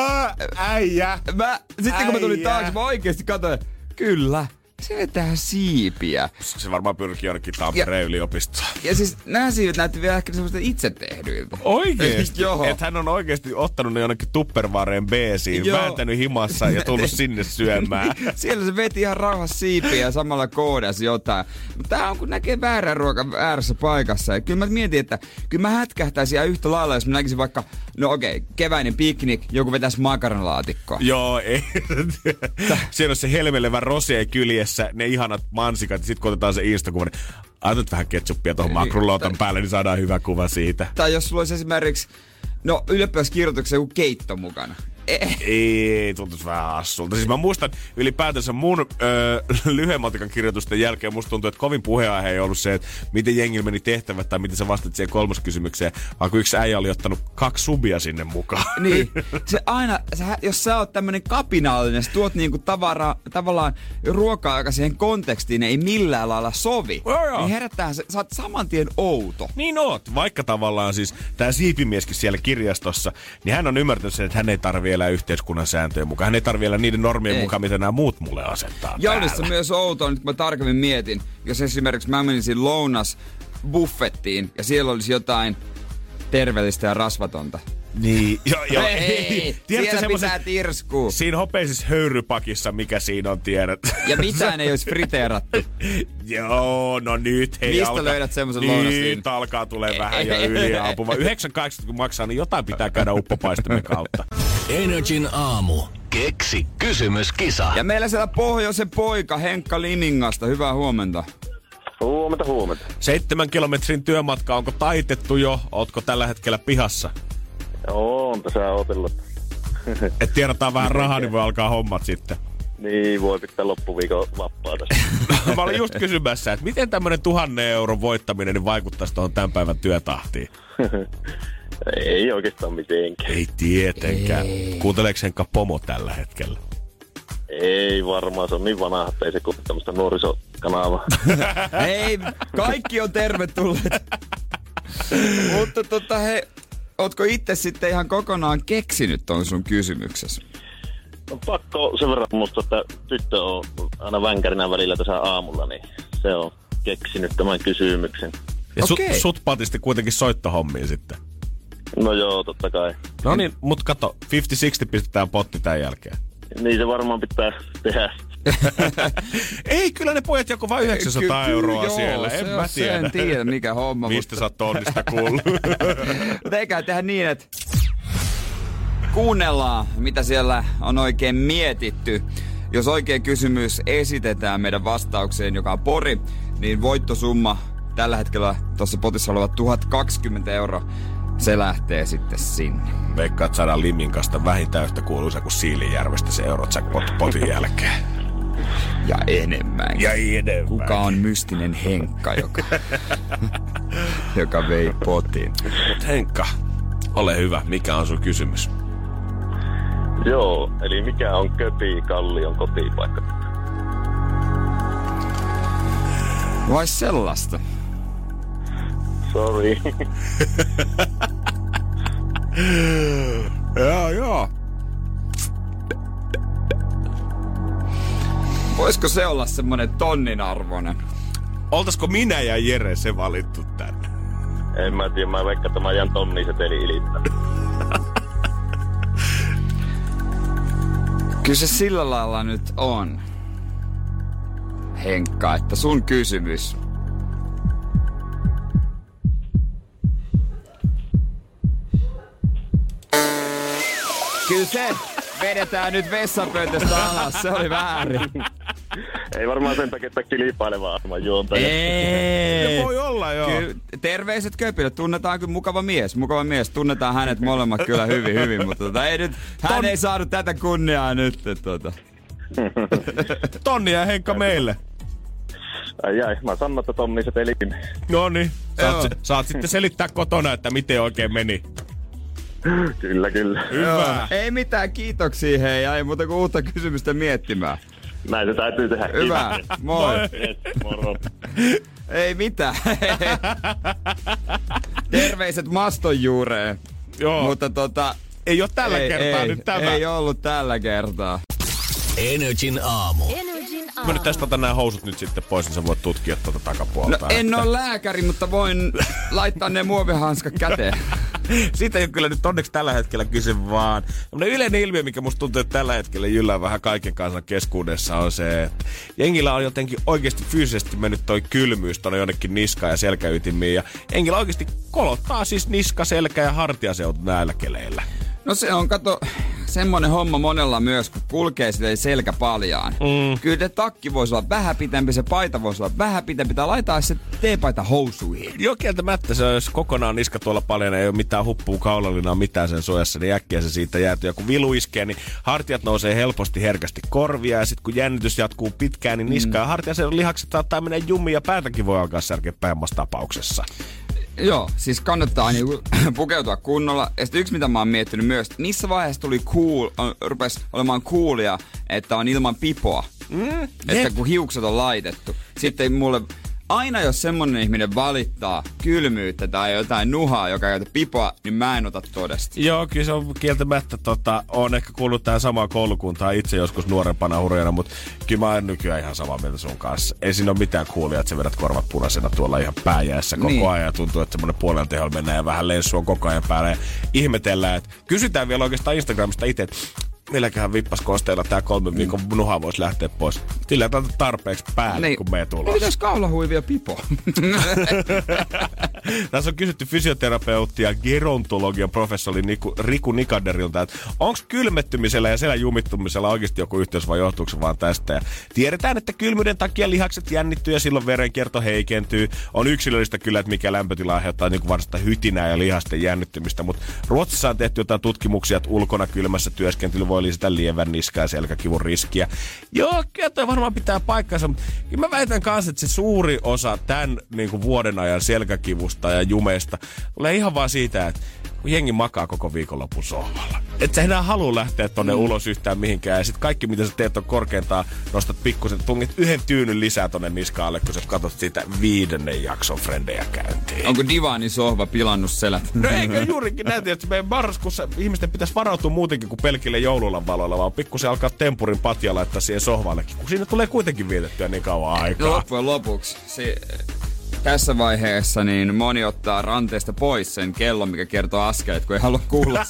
Speaker 4: Äijä!
Speaker 5: Mä, sitten kun mä tulin
Speaker 4: Äijä.
Speaker 5: taakse, mä oikeesti katsoin, kyllä, se vetää siipiä.
Speaker 4: Se varmaan pyrkii jonnekin Tampereen yliopistoon.
Speaker 5: Ja siis nämä siivet näytti vielä ehkä semmoista itse tehdyiltä.
Speaker 4: Oikeesti?
Speaker 5: Joo.
Speaker 4: Että hän on oikeesti ottanut ne jonnekin Tupperwareen beesiin,
Speaker 5: Joo.
Speaker 4: vääntänyt himassa ja tullut sinne syömään.
Speaker 5: Siellä se veti ihan rauhassa siipiä ja samalla koodasi jotain. Mutta tää on kun näkee väärän ruokan väärässä paikassa. Ja kyllä mä mietin, että kyllä mä hätkähtäisin ihan yhtä lailla, jos mä näkisin vaikka, no okei, okay, keväinen piknik, joku vetäisi makaronilaatikkoa.
Speaker 4: Joo, ei. Siellä on se helmelevä rosé kyljessä, ne ihanat mansikat, ja sit kun otetaan se Insta-kuva, niin ajatut vähän ketsuppia tuohon makrulotan päälle, niin saadaan hyvä kuva siitä.
Speaker 5: Tai jos sulla olisi esimerkiksi, no ylioppilaskirjoituksessa joku keitto mukana. Eh.
Speaker 4: Ei, tuntuisi vähän hassulta. Siis mä muistan ylipäätänsä mun öö, lyhyen matikan kirjoitusten jälkeen musta tuntuu, että kovin puheenaihe ei ollut se, että miten jengillä meni tehtävät tai miten sä vastaat siihen kolmoskysymykseen, vaan kun yksi äijä oli ottanut kaksi subia sinne mukaan.
Speaker 5: Niin, se aina, sä, jos sä oot tämmönen kapinallinen, sä tuot niinku tavara, tavallaan ruokaa, joka siihen kontekstiin ei millään lailla sovi,
Speaker 4: Joo, joo.
Speaker 5: niin herättää, sä oot saman tien outo.
Speaker 4: Niin oot, vaikka tavallaan siis tää siipimieskin siellä kirjastossa, niin hän on ymmärtänyt sen, että hän ei tarvitse elää yhteiskunnan sääntöjen mukaan. Hän ei tarvitse elää niiden normien
Speaker 5: Ei.
Speaker 4: mukaan, mitä nämä muut mulle asettaa.
Speaker 5: Ja olisi se myös outoa, nyt kun mä tarkemmin mietin, jos esimerkiksi mä menisin lounas buffettiin ja siellä olisi jotain terveellistä ja rasvatonta.
Speaker 4: Niin, joo, joo.
Speaker 5: Ei,
Speaker 4: Tiedätkö
Speaker 5: siellä
Speaker 4: semmoset-
Speaker 5: pitää tirskua.
Speaker 4: Siinä hopeisessa höyrypakissa, mikä siinä on, tiedät.
Speaker 5: Ja mitään ei olisi friteerattu.
Speaker 4: Joo, no nyt hei
Speaker 5: Mistä
Speaker 4: alkaa.
Speaker 5: löydät semmosen
Speaker 4: Nyt
Speaker 5: lounasliin?
Speaker 4: alkaa tulee vähän jo yliampuma. yhdeksän kahdeksankymmentä kun maksaa, niin jotain pitää käydä uppopaistimen kautta.
Speaker 3: Energin aamu. Keksi kysymyskisa.
Speaker 5: Ja meillä siellä pohjoisen poika Henkka Limingasta. Hyvää huomenta.
Speaker 6: Huomenta, huomenta.
Speaker 4: Seitsemän kilometrin työmatka, onko taitettu jo? Ootko tällä hetkellä pihassa?
Speaker 6: Joo, on tässä otellut.
Speaker 4: Et tiedotaan vähän rahaa, niin voi alkaa hommat sitten.
Speaker 6: Niin, voi pitää loppuviikon vappaa tässä.
Speaker 4: Mä olin just kysymässä, että miten tämmönen tuhannen euron voittaminen niin vaikuttaisi tuohon tämän päivän työtahtiin?
Speaker 6: Ei oikeastaan mitenkään.
Speaker 4: Ei tietenkään. Kuunteleeko Henkka pomo tällä hetkellä?
Speaker 6: Ei varmaan, se on niin vanha, että ei se kuule tämmöistä nuorisokanavaa.
Speaker 5: Ei, kaikki on tervetulleet. Mutta tota he, ootko itse sitten ihan kokonaan keksinyt ton sun kysymyksessä?
Speaker 6: On pakko sen verran musta, että tyttö on aina vänkärinä välillä tässä aamulla, niin se on keksinyt tämän kysymyksen.
Speaker 4: Ja su-
Speaker 5: Okei.
Speaker 4: sut patisti kuitenkin soittohommiin sitten.
Speaker 6: No joo, totta kai.
Speaker 4: No niin, mut kato, viisikymmentä kuusikymmentä pistetään potti tämän jälkeen.
Speaker 6: Niin se varmaan pitää tehdä.
Speaker 4: Ei, kyllä ne pojat joko vain yhdeksänsataa
Speaker 5: Ky-
Speaker 4: euroa
Speaker 5: joo,
Speaker 4: siellä, en
Speaker 5: se
Speaker 4: mä
Speaker 5: on- se
Speaker 4: tiedä.
Speaker 5: En tiedä, mikä homma.
Speaker 4: Mistä sä oot tonnista kuullut?
Speaker 5: Mutta eikä tehdä niin, että kuunnellaan, mitä siellä on oikein mietitty. Jos oikein kysymys esitetään meidän vastaukseen, joka on Pori, niin voittosumma tällä hetkellä tuossa potissa oleva tuhat kaksikymmentä euroa. Se lähtee sitten sinne.
Speaker 4: Veikkaat saadaan Liminkasta vähintään yhtä kuuluisa kuin Siilinjärvestä se Eurojackpot potin jälkeen.
Speaker 5: Ja enemmän.
Speaker 4: Ja enemmän.
Speaker 5: Kuka on mystinen Henkka, joka, joka vei potin?
Speaker 4: Mut Henkka, ole hyvä, mikä on sun kysymys?
Speaker 6: Joo, eli mikä on Köpi Kallion kotipaikka?
Speaker 5: Vai sellaista?
Speaker 6: Sorry.
Speaker 4: Joo, joo.
Speaker 5: Voisiko se olla semmonen tonnin arvoinen?
Speaker 4: Oltaisiko minä ja Jere se valittu tänne?
Speaker 6: En mä tiedä, mä veikkaan, että mä ajan tonni seteli ilittää.
Speaker 5: Kyllä se sillä lailla nyt on, Henkka, että sun kysymys Kyllä se vedetään nyt vessapöytästä alas, se oli väärin.
Speaker 6: Ei varmaan sen takia, että kilpailevaa aseman juontaja.
Speaker 5: Ei.
Speaker 4: Se voi olla, joo.
Speaker 5: Kyllä, terveiset Köpille, tunnetaan kyllä mukava mies, mukava mies. Tunnetaan hänet molemmat kyllä hyvin, hyvin, mutta tota, ei nyt, hän Ton... ei saanut tätä kunniaa nyt. Tota.
Speaker 4: Tonni ja Henkka meille.
Speaker 6: Ai ai, mä sanon, että Tonni se peliin.
Speaker 4: No niin, saat, saat sitten selittää kotona, että miten oikein meni.
Speaker 6: Kyllä, kyllä.
Speaker 4: Hyvä.
Speaker 5: Ei mitään, kiitoksia hei, ei muuta kuin uutta kysymystä miettimään.
Speaker 6: Näin se täytyy tehdä.
Speaker 5: Hyvä, moi.
Speaker 6: Yes, moro.
Speaker 5: Ei mitään. Terveiset maston juureen.
Speaker 4: Joo.
Speaker 5: Mutta tota...
Speaker 4: Ei oo tällä
Speaker 5: ei,
Speaker 4: kertaa
Speaker 5: ei,
Speaker 4: nyt tämä.
Speaker 5: Ei ollut tällä kertaa.
Speaker 3: Energin aamu.
Speaker 4: Mä nyt tästä otan nää housut nyt sitten pois, niin sä voit tutkia tuota takapuolta.
Speaker 5: No en oo lääkäri, mutta voin laittaa ne muovihanskat käteen.
Speaker 4: Siitä ei ole kyllä nyt onneksi tällä hetkellä kyse vaan. Tämmönen yleinen ilmiö, mikä musta tuntuu, että tällä hetkellä jyllää vähän kaiken kansan keskuudessa on se, että jengillä on jotenkin oikeasti fyysisesti mennyt toi kylmyys tonne jonnekin niskaan ja selkäytimiin. Ja jengillä oikeasti kolottaa siis niska, selkä ja hartiaseutu näillä keleillä.
Speaker 5: No se on, kato, semmonen homma monella myös, kun kulkee silleen selkä paljaan. Mm. Kyllä te takki voisi olla vähän pitempi, se paita voisi olla vähän pitempi, tai laittaa se teepaita housuihin.
Speaker 4: Joo, kieltämättä se, jos kokonaan niska tuolla paljon, ei ole mitään huppua kaulallinaa, mitään sen suojassa, niin äkkiä se siitä jäätyy. Ja kun vilu iskee, niin hartiat nousee helposti herkästi korvia, ja sitten kun jännitys jatkuu pitkään, niin niska mm. ja hartia, sen lihakset saattaa mennä jumiin, ja päätäkin voi alkaa särkeä pahemmassa tapauksessa.
Speaker 5: Joo, siis kannattaa niinku pukeutua kunnolla. Ja sitten yksi, mitä mä oon miettinyt myös, missä vaiheessa tuli cool, on, rupes olemaan coolia, että on ilman pipoa. Mm, että jep. Kun hiukset on laitettu. Sitten mulle, aina jos semmonen ihminen valittaa kylmyyttä tai jotain nuhaa, joka käytä pipoa, niin mä en ota todesta.
Speaker 4: Joo, kyllä se on kieltämättä, tota, on ehkä kuullut tähän samaan koulukuntaan itse joskus nuorempana hurjana, mutta kyllä mä en nykyään ihan samaa mieltä sun kanssa. Ei siinä ole mitään coolia, että sä vedät korvat punaisena tuolla ihan pääjäässä koko niin. ajan ja tuntuu, että semmonen puolen teholla mennään ja vähän lenssu on koko ajan päällä ja ihmetellään, että kysytään vielä oikeastaan Instagramista itse, että milläköhän vippaskoosteilla tää kolmen viikon mm. nuha voisi lähteä pois. Sillä ei tarpeeksi päälle, niin. kun me tulos.
Speaker 5: Mitäs kaulahuivia pipo?
Speaker 4: Tässä on kysytty fysioterapeuttia ja gerontologian professori Niku, Riku Nikaderilta, että onko kylmettymisellä ja selän jumittumisella oikeasti joku yhteys vai johtuuko se vaan tästä? Ja tiedetään, että kylmyyden takia lihakset jännittyy ja silloin verenkierto heikentyy. On yksilöllistä kyllä, että mikä lämpötila aiheuttaa niin varsinaista hytinää ja lihasten jännittymistä, mutta Ruotsissa on tehty jotain tutkimuksia, että ulkona kylmässä työskentely voi lisätä lievän niska- ja selkäkivun riskiä. Joo, kyllä toi varmaan pitää paikkansa, mutta mä väitän kanssa, että se suuri osa tämän niin kuin vuoden ajan selkäkivusta ja jumeista tulee ihan vaan siitä, että kun jengi makaa koko viikonlopun sohvalla. Et sä enää halua lähteä tonne mm. ulos yhtään mihinkään. Ja sit kaikki, mitä sä teet, on korkeintaan nostat pikkusen, tungit yhden tyynyn lisää tonne niskaalle, kun sä katsot siitä viidennen jakson Frendejä käyntiin.
Speaker 5: Onko divaanin sohva pilannut selät?
Speaker 4: No eikö juurikin näin, että meidän marraskuussa ihmisten pitäisi varautua muutenkin kuin pelkille joululan valoilla, vaan pikkusen alkaa tempurin patja laittaa siihen sohvallekin, kun siinä tulee kuitenkin vietettyä niin kauan aikaa.
Speaker 5: Loppujen lopuksi. Si- Tässä vaiheessa niin moni ottaa ranteesta pois sen kellon, mikä kertoo askelet, kun ei halua kuulla.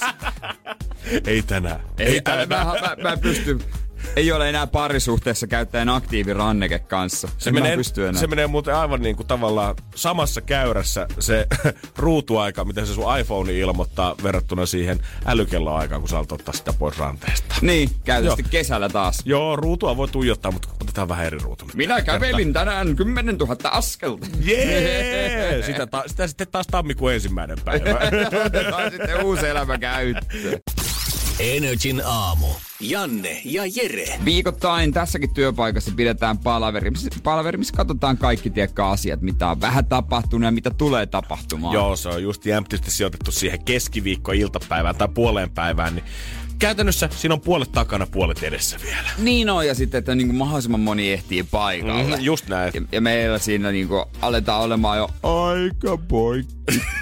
Speaker 4: Ei tänään.
Speaker 5: Ei, ei tänään. Mä, mä, mä pystyn. Ei ole enää parisuhteessa käyttäen aktiiviranneke kanssa.
Speaker 4: Se menee, se menee muuten aivan niin kuin tavallaan samassa käyrässä se ruutuaika, mitä se sun iPhone ilmoittaa verrattuna siihen älykelloaikaan, kun sä alat ottaa sitä pois ranteesta.
Speaker 5: Niin, käytännössä kesällä taas.
Speaker 4: Joo, ruutua voi tuijottaa, mutta otetaan vähän eri ruutu.
Speaker 5: Minä kävelin tänään kymmenen tuhatta askelta.
Speaker 4: Jee! Sitä, ta- sitä sitten taas tammikuun ensimmäinen päivä.
Speaker 5: Otetaan sitten uusi elämä käyttöön.
Speaker 3: Energin aamu. Janne ja Jere.
Speaker 5: Viikoittain tässäkin työpaikassa pidetään palaveri, palaveri missä katsotaan kaikki tiekka asiat, mitä on vähän tapahtunut ja mitä tulee tapahtumaan.
Speaker 4: Joo, se on just jämptisti sijoitettu siihen keskiviikko-iltapäivään tai puoleen päivään, niin käytännössä siinä on puolet takana, puolet edessä vielä.
Speaker 5: Niin on, ja sitten, että niin kuin mahdollisimman moni ehtii paikalle.
Speaker 4: Mm, just näin.
Speaker 5: Ja, ja meillä siinä niin kuin aletaan olemaan jo aika poikki.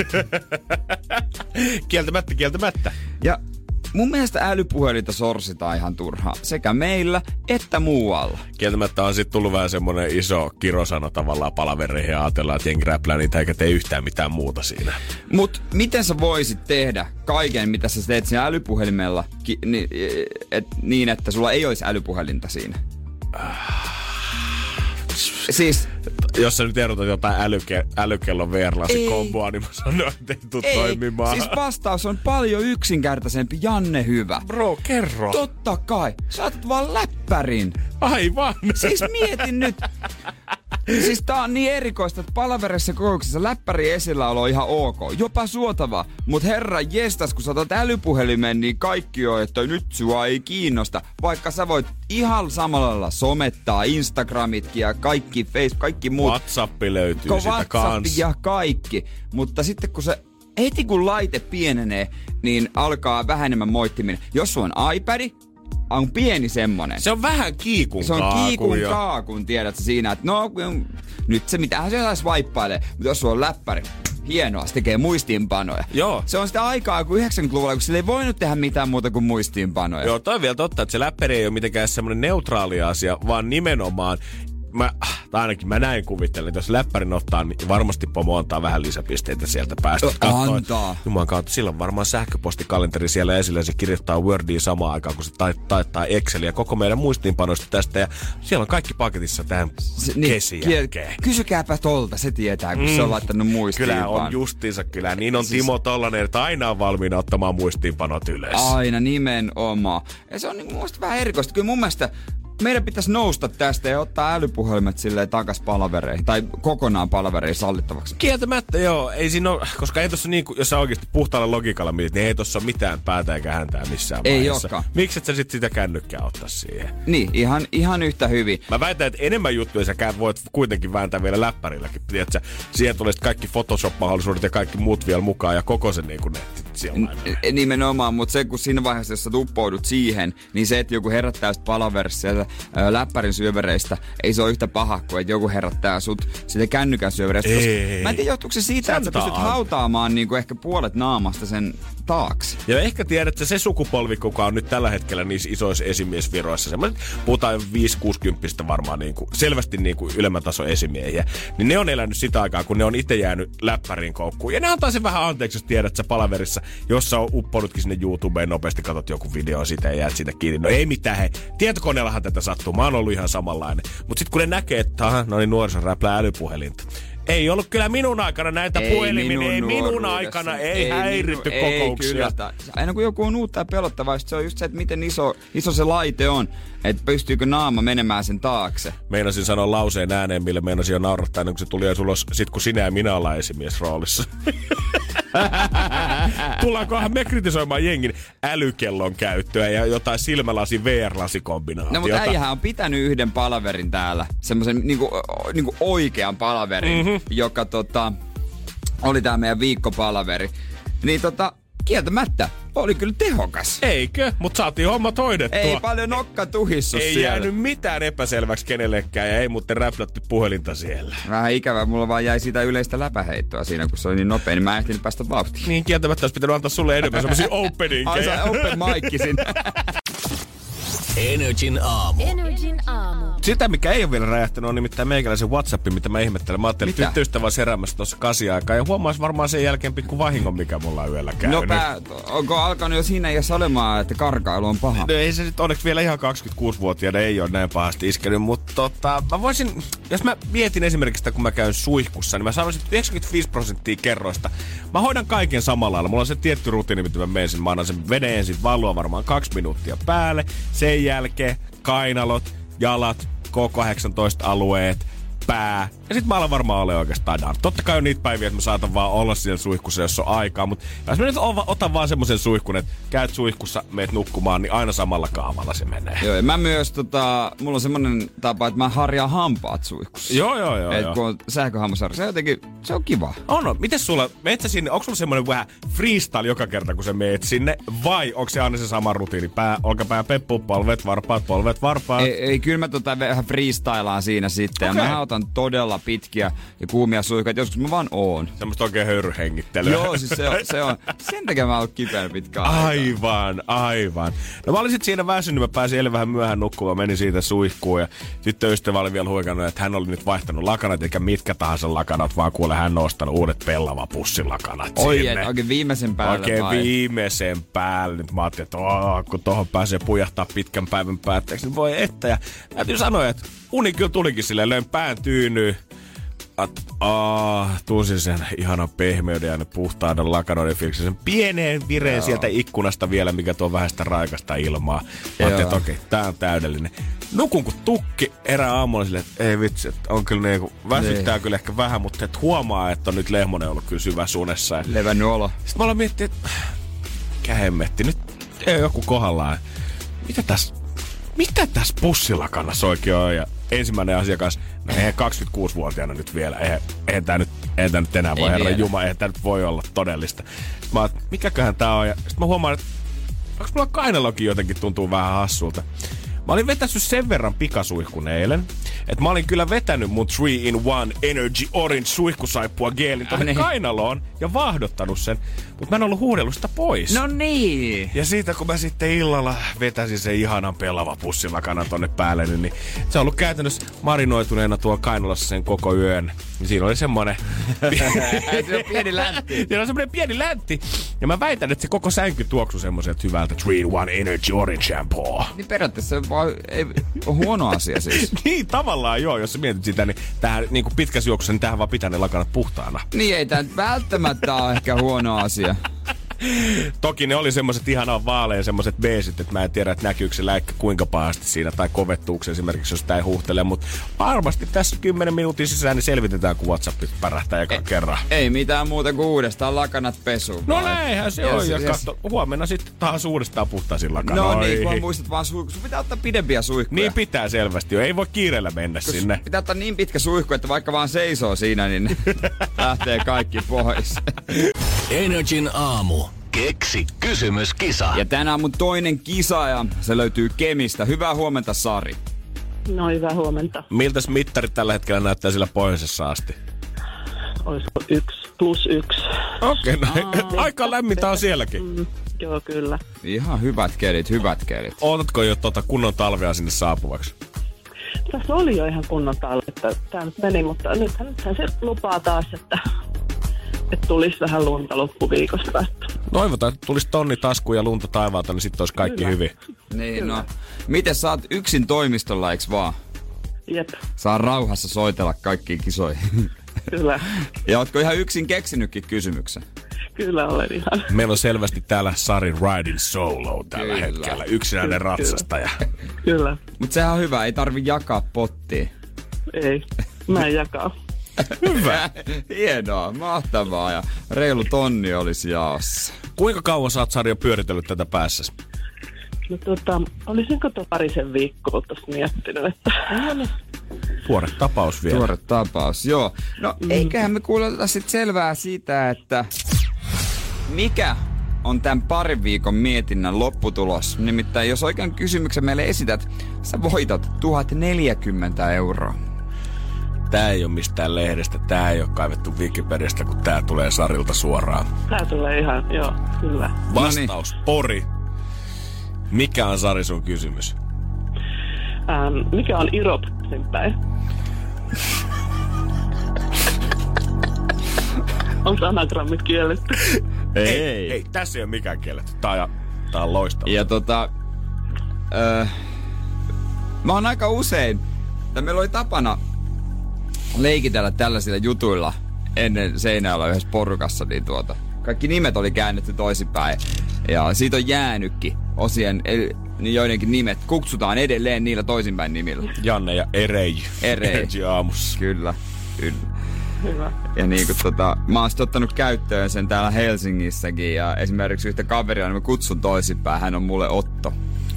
Speaker 4: Kieltämättä, kieltämättä.
Speaker 5: Ja mun mielestä älypuhelinta sorsitaan ihan turhaan, sekä meillä että muualla.
Speaker 4: Kieltämättä on sitten tullut vähän semmonen iso kirosana tavallaan palavereihin ja ajatellaan, että jengi räplää niitä eikä tee yhtään mitään muuta siinä.
Speaker 5: Mut miten sä voisit tehdä kaiken, mitä sä teet siinä älypuhelimella, ki- ni- et, niin että sulla ei olisi älypuhelinta siinä? Siis...
Speaker 4: Jos sä nyt erotat jotain älyke, älykellon V R-lasikomboa, niin mä sanoin, että ei tuu
Speaker 5: ei.
Speaker 4: toimimaan.
Speaker 5: Siis vastaus on paljon yksinkertaisempi. Janne hyvä.
Speaker 4: Bro, kerro.
Speaker 5: Totta kai. Sä oot vaan läppärin.
Speaker 4: Aivan.
Speaker 5: Siis mietin nyt. Siis tää on niin erikoista, että palaverissa kokouksessa läppäri esilläolo on ihan ok. Jopa suotava. Mut herra jestas, kun sä otat älypuhelimen, niin kaikki on, että nyt sua ei kiinnosta. Vaikka sä voit ihan samalla lailla somettaa Instagramitkin ja kaikki Facebook, kaikki muut.
Speaker 4: WhatsApp löytyy
Speaker 5: Ko
Speaker 4: sitä
Speaker 5: WhatsApp
Speaker 4: kans.
Speaker 5: ja kaikki. Mutta sitten kun se, heti kun laite pienenee, niin alkaa vähän enemmän moittiminen. Jos sulla on iPad, on pieni semmonen.
Speaker 4: Se on vähän kiikun
Speaker 5: Se on
Speaker 4: kaakun
Speaker 5: kiikun
Speaker 4: ja...
Speaker 5: kaakun, tiedät sä siinä, että no nyt se mitähän se jotain swaippailee. Mutta jos sulla on läppäri, hienoa, se tekee muistiinpanoja.
Speaker 4: Joo.
Speaker 5: Se on sitä aikaa kuin yhdeksänkymmentäluvulla, kun sillä ei voinut tehdä mitään muuta kuin muistiinpanoja.
Speaker 4: Joo, toi on vielä totta, että se läppäri ei ole mitenkään semmoinen neutraali asia, vaan nimenomaan mä, tai ainakin mä näin kuvittelen, että jos läppärin ottaa, niin varmasti pomo antaa vähän lisäpisteitä sieltä päästä.
Speaker 5: Kattoo, antaa.
Speaker 4: Jumalan kautta, silloin varmaan sähköpostikalenteri siellä esillä ja se kirjoittaa Wordiin samaan aikaan, kun se taittaa Exceliä koko meidän muistiinpanoista tästä. Ja siellä on kaikki paketissa tähän
Speaker 5: se, niin,
Speaker 4: kesin jälkeen.
Speaker 5: Kysykääpä tolta, se tietää, kun mm. se on laittanut muistiinpanoja.
Speaker 4: Kyllä on justiinsa kyllä. Niin on siis... Timo tollanen, että aina on valmiina ottamaan muistiinpanot ylös.
Speaker 5: Aina, nimenomaan. Ja se on niin mun mielestä vähän erikoista. Kyllä mun mielestä meidän pitäisi nousta tästä ja ottaa älypuhelimet silleen takas palavereihin. Tai kokonaan palavereihin sallittavaksi.
Speaker 4: Kieltämättä joo. Ei siinä ole, koska ei tossa niinku, jos sä oikeesti puhtaalla logiikalla mietit, niin ei tossa ole mitään päätä eikä häntää missään
Speaker 5: ei
Speaker 4: vaiheessa.
Speaker 5: Olekaan.
Speaker 4: Miksi et sä sit sitä kännykkää ottaa siihen?
Speaker 5: Niin, ihan, ihan yhtä hyvin.
Speaker 4: Mä väitän, että enemmän juttuja sä voit kuitenkin vääntää vielä läppärilläkin. Tiedätkö, siihen tulee sit kaikki Photoshop-mahdollisuudet ja kaikki muut vielä mukaan ja koko se niinku netti siellä.
Speaker 5: N- nimenomaan, mutta se kun siinä vaiheessa, jos sä uppoudut siihen, niin se, että joku herättää sit palaverissa sieltä ää, läppärin syövereistä, ei se ole yhtä paha kuin, että joku herättää sut siitä kännykän syövereistä. Mä en tiedä, johtuuko se siitä, että sä pystyt hautaamaan niinku ehkä puolet naamasta sen taakse.
Speaker 4: Ja ehkä tiedät, että se sukupolvi, kuka on nyt tällä hetkellä niissä isoissa esimiesviroissa, semmoinen, puhutaan viisi kuusikymmentä varmaan niinku, selvästi niinku ylemmän tason esimiehiä, niin ne on elänyt sitä aikaa, kun ne on itse jäänyt läppärin koukkuun. Ja ne antaa sen vähän anteeksi, jos tiedät, että sä palaverissa, jos sä on upponutkin sinne YouTubeen, nopeasti katsot joku video siitä ja jäät siitä kiinni. No ei mitään, hei. Tietokoneellahan tätä sattuu. Mä oon ollut ihan samanlainen. Mut sit kun ne näkee, että aha, no niin nuoriso räplää älypuhelinta. Ei ollut kyllä minun aikana näitä puhelimia, ei minun aikana, ei, ei häiritty minu, kokouksia. Ei,
Speaker 5: aina kun joku on uutta ja pelottavaa, se on just se, että miten iso, iso se laite on, että pystyykö naama menemään sen taakse.
Speaker 4: Meinasin sanoa lauseen ääneen, mille meinasin jo naurattaa ennen kuin se tuli ulos, sit kun sinä ja minä ollaan esimiesroolissa. Tullaankohan me kritisoimaan jengin älykellon käyttöä ja jotain silmälasi V R-lasikombinaatiota?
Speaker 5: No mutta äijähän on pitänyt yhden palaverin täällä, semmoisen niinku, niinku oikean palaverin, mm-hmm. joka tota, oli tää meidän viikkopalaveri. Niin tota, kieltämättä, oli kyllä tehokas.
Speaker 4: Eikö? Mut saatiin hommat hoidettua.
Speaker 5: Ei paljon nokka tuhissu
Speaker 4: ei
Speaker 5: siellä.
Speaker 4: Ei jäänyt mitään epäselväksi kenellekään ja ei muuten räplätty puhelinta siellä.
Speaker 5: Vähän ikävä, mulla vaan jäi sitä yleistä läpäheittoa siinä, kun se oli niin nopea, niin mä en ehtinyt päästä vauhtiin.
Speaker 4: Niin kieltämättä olisi pitänyt antaa sulle enemmän semmosia openingeja.
Speaker 5: Ai se open mic sinne.
Speaker 3: Energin aamu.
Speaker 7: Energin aamu.
Speaker 4: Sitä, mikä ei ole vielä räjähtänyt, on nimittäin meikäläisen WhatsApp, mitä mä ihmettelen. Mä ajattelin, että tyttöystävä olisi heräämässä tuossa kasi aikaa ja huomaisi varmaan sen jälkeen pikku vahingon, mikä mulla on yöllä käynyt.
Speaker 5: No pää, onko alkanut jo siinä iässä olemaan, että karkailu on paha?
Speaker 4: No ei se nyt onneksi vielä ihan kaksikymmentäkuusivuotiaana ei ole näin pahasti iskenyt, mutta tota, mä voisin, jos mä mietin esimerkiksi sitä, kun mä käyn suihkussa, niin mä sanoisin, että yhdeksänkymmentäviisi prosenttia kerroista. Mä hoidan kaiken samalla lailla. Mulla on se tietty rutiini, mitä mä menen sen. Mä annan sen veden ensin valua varmaan kaksi minuuttia päälle. Sen jälkeen kainalot, jalat, K kahdeksantoista alueet, pää. Ja sit mä alan varmaan ole oikeastaan done. Totta kai on niitä päiviä, että mä saatan vaan olla siellä suihkussa, jos on aikaa. Mutta jos mä nyt otan vaan semmosen suihkun, että käyt suihkussa, meet nukkumaan, niin aina samalla kaavalla se menee.
Speaker 5: Joo, ja mä myös, tota, mulla on semmonen tapa, että mä harjaan hampaat suihkussa.
Speaker 4: Joo, joo, joo.
Speaker 5: Et kun on sähköhammasharja, se jotenkin, se on kiva.
Speaker 4: On, on. Mites sulla, meet sä sinne, onko sulla semmonen vähän freestyle joka kerta, kun sä meet sinne? Vai onko se aina se sama rutiini? Pää, olkapää, peppu, polvet, varpaat, polvet, varpaat?
Speaker 5: Ei, ei kyllä mä tota vähän freestylaan siinä sitten. Okay. Ja mä otan todella pitkiä ja kuumia suihkaita, joskus mä vaan oon.
Speaker 4: Semmosta oikein höyryhengittelyä.
Speaker 5: Joo, siis se on, se on. Sen takia mä oon kipeän pitkään
Speaker 4: aivan, aikaa. aivan. No mä olin sit siinä väsynyt, mä pääsin eilen vähän myöhään nukkumaan, menin siitä suihkuun ja tyttöystävä oli vielä huikannut, että hän oli nyt vaihtanut lakanat, eikä mitkä tahansa lakanat, vaan kuule hän on ostanut uudet pellavapussilakanat
Speaker 5: Oi,
Speaker 4: sinne.
Speaker 5: et, oikein viimeisen päälle
Speaker 4: Oikein
Speaker 5: vai?
Speaker 4: viimeisen päälle. Nyt mä ajattelin, että oh, kun tohon pääsee pujahtaa pitkän päivän päätteeksi, niin voi että. Ja täytyy sanoa, että uni kyllä tulikin silleen, löin pään tyyny. Ah, tunsin sen ihanan pehmeyden ja ne puhtaiden lakanoiden fiiliksen. Sen pieneen vireen Joo. sieltä ikkunasta vielä, mikä tuo vähän sitä raikasta ilmaa. Mä ajattelin, että okei, tää on täydellinen. Nukun kun tukki erää aamulla silleen, että ei vitsi, että on kyllä niinku, väsyttää niin. kyllä ehkä vähän, mutta et huomaa, että on nyt Lehmonen ollut kyllä syvässä unessa. Ja
Speaker 5: levännyt olo.
Speaker 4: Sitten mä aloin miettiä, että mikä hemmetti, nyt ei ole joku kohdallaan. Mitä tässä, mitä tässä pussilakannassa oikein on? Ja ensimmäinen asiakas, no eihän kaksikymmentäkuusivuotiaana nyt vielä, eihän, eihän tää nyt, eihän tää nyt enää voi, ei herran juma, eihän tää nyt voi olla todellista. Mä oon, mikäköhän tää on, ja sit mä huomaan, että onks mulla kainalokin jotenkin tuntuu vähän hassulta. Mä olin vetässyt sen verran pikasuihkun eilen, että mä olin kyllä vetänyt mun three in one Energy Orange suihkusaippua geelin tonne kainaloon ja vaahdottanut sen, mutta mä en ollut huudellut sitä pois.
Speaker 5: No niin.
Speaker 4: Ja siitä kun mä sitten illalla vetäsin sen ihanan pelava pussilakanan tonne päälle, niin se on ollut käytännössä marinoituneena tuolla kainalossa sen koko yön. Ja siinä oli semmonen...
Speaker 5: se on pieni läntti.
Speaker 4: Siinä on semmonen pieni läntti. Ja mä väitän, että se koko sänky tuoksui semmoiselta hyvältä three in one Energy Orange shampoo.
Speaker 5: Niin periaatteessa se vaan ei ole huono asia siis.
Speaker 4: Niin, tavallaan joo, jos sä mietit sitä, niin tähän niin kuin pitkässä juoksussa, niin tähän vaan pitää ne lakanat puhtaana.
Speaker 5: Niin, ei tää välttämättä ole ehkä huono asia.
Speaker 4: Toki ne oli semmoset ihanan vaaleja semmoset beesit, että mä en tiedä, että näkyykö se läikkä kuinka pahasti siinä tai kovettuuko esimerkiksi, jos sitä ei huuhtele, mutta varmasti tässä kymmenen minuutin sisään niin selvitetään, kun WhatsAppit pärähtää eka kerran.
Speaker 5: Ei mitään muuta kuin uudestaan lakanat pesuun.
Speaker 4: No näinhän se yes, on, ja yes. Katso, huomenna sitten taas uudestaan puhtaisin lakanoihin. No
Speaker 5: niin, kun muistat vaan suihku. Sun pitää ottaa pidempiä suihkuja.
Speaker 4: Niin pitää selvästi jo, ei voi kiireellä mennä Kus sinne.
Speaker 5: Pitää ottaa niin pitkä suihku, että vaikka vaan seisoo siinä, niin lähtee kaikki pois.
Speaker 3: Energin aamu. Keksi kysymys, kisa.
Speaker 5: Ja tänään mun toinen kisa ja se löytyy Kemistä. Hyvää huomenta, Sari.
Speaker 7: No hyvää huomenta.
Speaker 4: Miltäs mittarit tällä hetkellä näyttää sillä pohjoisessa asti?
Speaker 7: Olisiko yksi plus yksi.
Speaker 4: Okei, okay, no, aika lämmintä on sielläkin. Mm,
Speaker 7: joo, kyllä.
Speaker 5: Ihan hyvät kelit, hyvät kelit.
Speaker 4: Ootatko jo tota kunnon talvea sinne saapuvaksi?
Speaker 7: Tässä oli jo ihan kunnon talve, että tää nyt meni, mutta nythän, nythän se lupaa taas, että että tulisi vähän lunta loppuviikosta.
Speaker 4: Toivotaan, että tulisi tonni taskuun ja lunta taivaalta, niin sitten olisi kaikki
Speaker 7: Kyllä.
Speaker 4: hyvin.
Speaker 5: Niin, Kyllä. no. Miten sä oot yksin toimistolla, eiks vaan?
Speaker 7: Jep.
Speaker 5: Saa rauhassa soitella kaikkiin kisoihin.
Speaker 7: Kyllä.
Speaker 5: Ja ootko ihan yksin keksinytkin kysymyksen?
Speaker 7: Kyllä olen ihan.
Speaker 4: Meillä on selvästi täällä Sari riding solo tällä Kyllä. hetkellä. Yksinäinen Kyllä. ratsastaja.
Speaker 7: Kyllä.
Speaker 5: Mut sehän on hyvä, ei tarvi jakaa pottia.
Speaker 7: Ei, mä en jakaa.
Speaker 4: Hyvä.
Speaker 5: Hienoa, mahtavaa ja reilu tonni olisi jaossa.
Speaker 4: Kuinka kauan sä oot, Sari, jo pyöritellyt tätä päässäsi?
Speaker 7: No tota, olisinko tuo parisen viikkoa tossa miettinyt, että...
Speaker 4: Tuore tapaus vielä.
Speaker 5: Tuore tapaus, joo. No mm. eiköhän me kuuleta sit selvää siitä, että mikä on tämän parin viikon mietinnän lopputulos. Nimittäin jos oikein kysymyksen meille esität, sä voitat tuhat neljäkymmentä euroa.
Speaker 4: Tää ei ole mistään lehdestä, tää ei ole kaivettu Wikipediasta, kun tää tulee Sarilta suoraan.
Speaker 7: Tää tulee ihan, joo, kyllä.
Speaker 4: Vastaus, Pori. Mikä on, Sari, sun kysymys?
Speaker 7: Ähm, mikä on Iropsin päin? Onko anagrammit kielletty?
Speaker 5: Ei.
Speaker 4: ei. Ei, tässä ei ole mikään kielletty. Tää on, tää on loistava.
Speaker 5: Ja tota... Öö, mä oon aika usein... Tai meillä oli tapana leikitellä tällaisilla jutuilla ennen seinällä yhdessä porukassa, niin tuota... Kaikki nimet oli käännetty toisinpäin. Ja siitä on jäänytkin osien, niin joidenkin nimet kutsutaan edelleen niillä toisinpäin nimillä.
Speaker 4: Janne ja Erei.
Speaker 5: Erei.
Speaker 4: Energy aamussa.
Speaker 5: Kyllä, kyllä.
Speaker 7: Hyvä.
Speaker 5: Ja niin kuin tota, mä oon sitten ottanut käyttöön sen täällä Helsingissäkin. Ja esimerkiksi yhtä kaveria, niin mä kutsun toisinpäin. Hän on mulle Otto.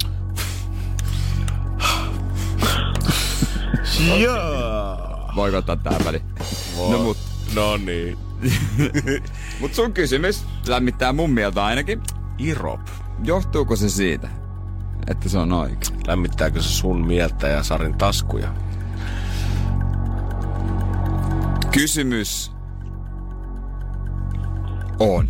Speaker 4: Joo.
Speaker 5: Voiko ottaa tähän väliin?
Speaker 4: Voi.
Speaker 5: No mut.
Speaker 4: No niin.
Speaker 5: Mut sun kysymys lämmittää mun mieltä ainakin.
Speaker 4: Irop.
Speaker 5: Johtuuko se siitä, että se on oikein?
Speaker 4: Lämmittääkö se sun mieltä ja Sarin taskuja?
Speaker 5: Kysymys on.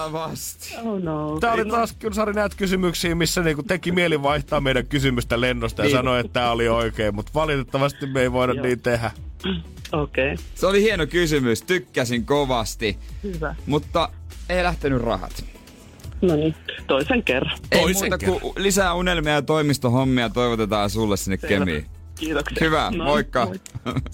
Speaker 5: Valitettavasti.
Speaker 7: Oh no.
Speaker 4: Tää oli taas kyllä Sari näitä kysymyksiä, missä niinku teki mieli vaihtaa meidän kysymystä lennosta ja
Speaker 5: Niin.
Speaker 4: sanoi, että tää oli oikein, mutta valitettavasti me ei voida
Speaker 7: Joo.
Speaker 4: niin tehdä.
Speaker 7: Okei, okay.
Speaker 5: Se oli hieno kysymys, tykkäsin kovasti,
Speaker 7: Hyvä.
Speaker 5: mutta ei lähtenyt rahat.
Speaker 7: No niin, toisen kerran.
Speaker 5: Ei
Speaker 4: Toisen
Speaker 5: muuta
Speaker 4: kerran.
Speaker 5: kuin lisää unelmia ja toimistohommia toivotetaan sulle sinne Kemiin.
Speaker 7: Kiitoksia.
Speaker 5: Hyvä,
Speaker 7: No,
Speaker 5: moikka.
Speaker 7: moi.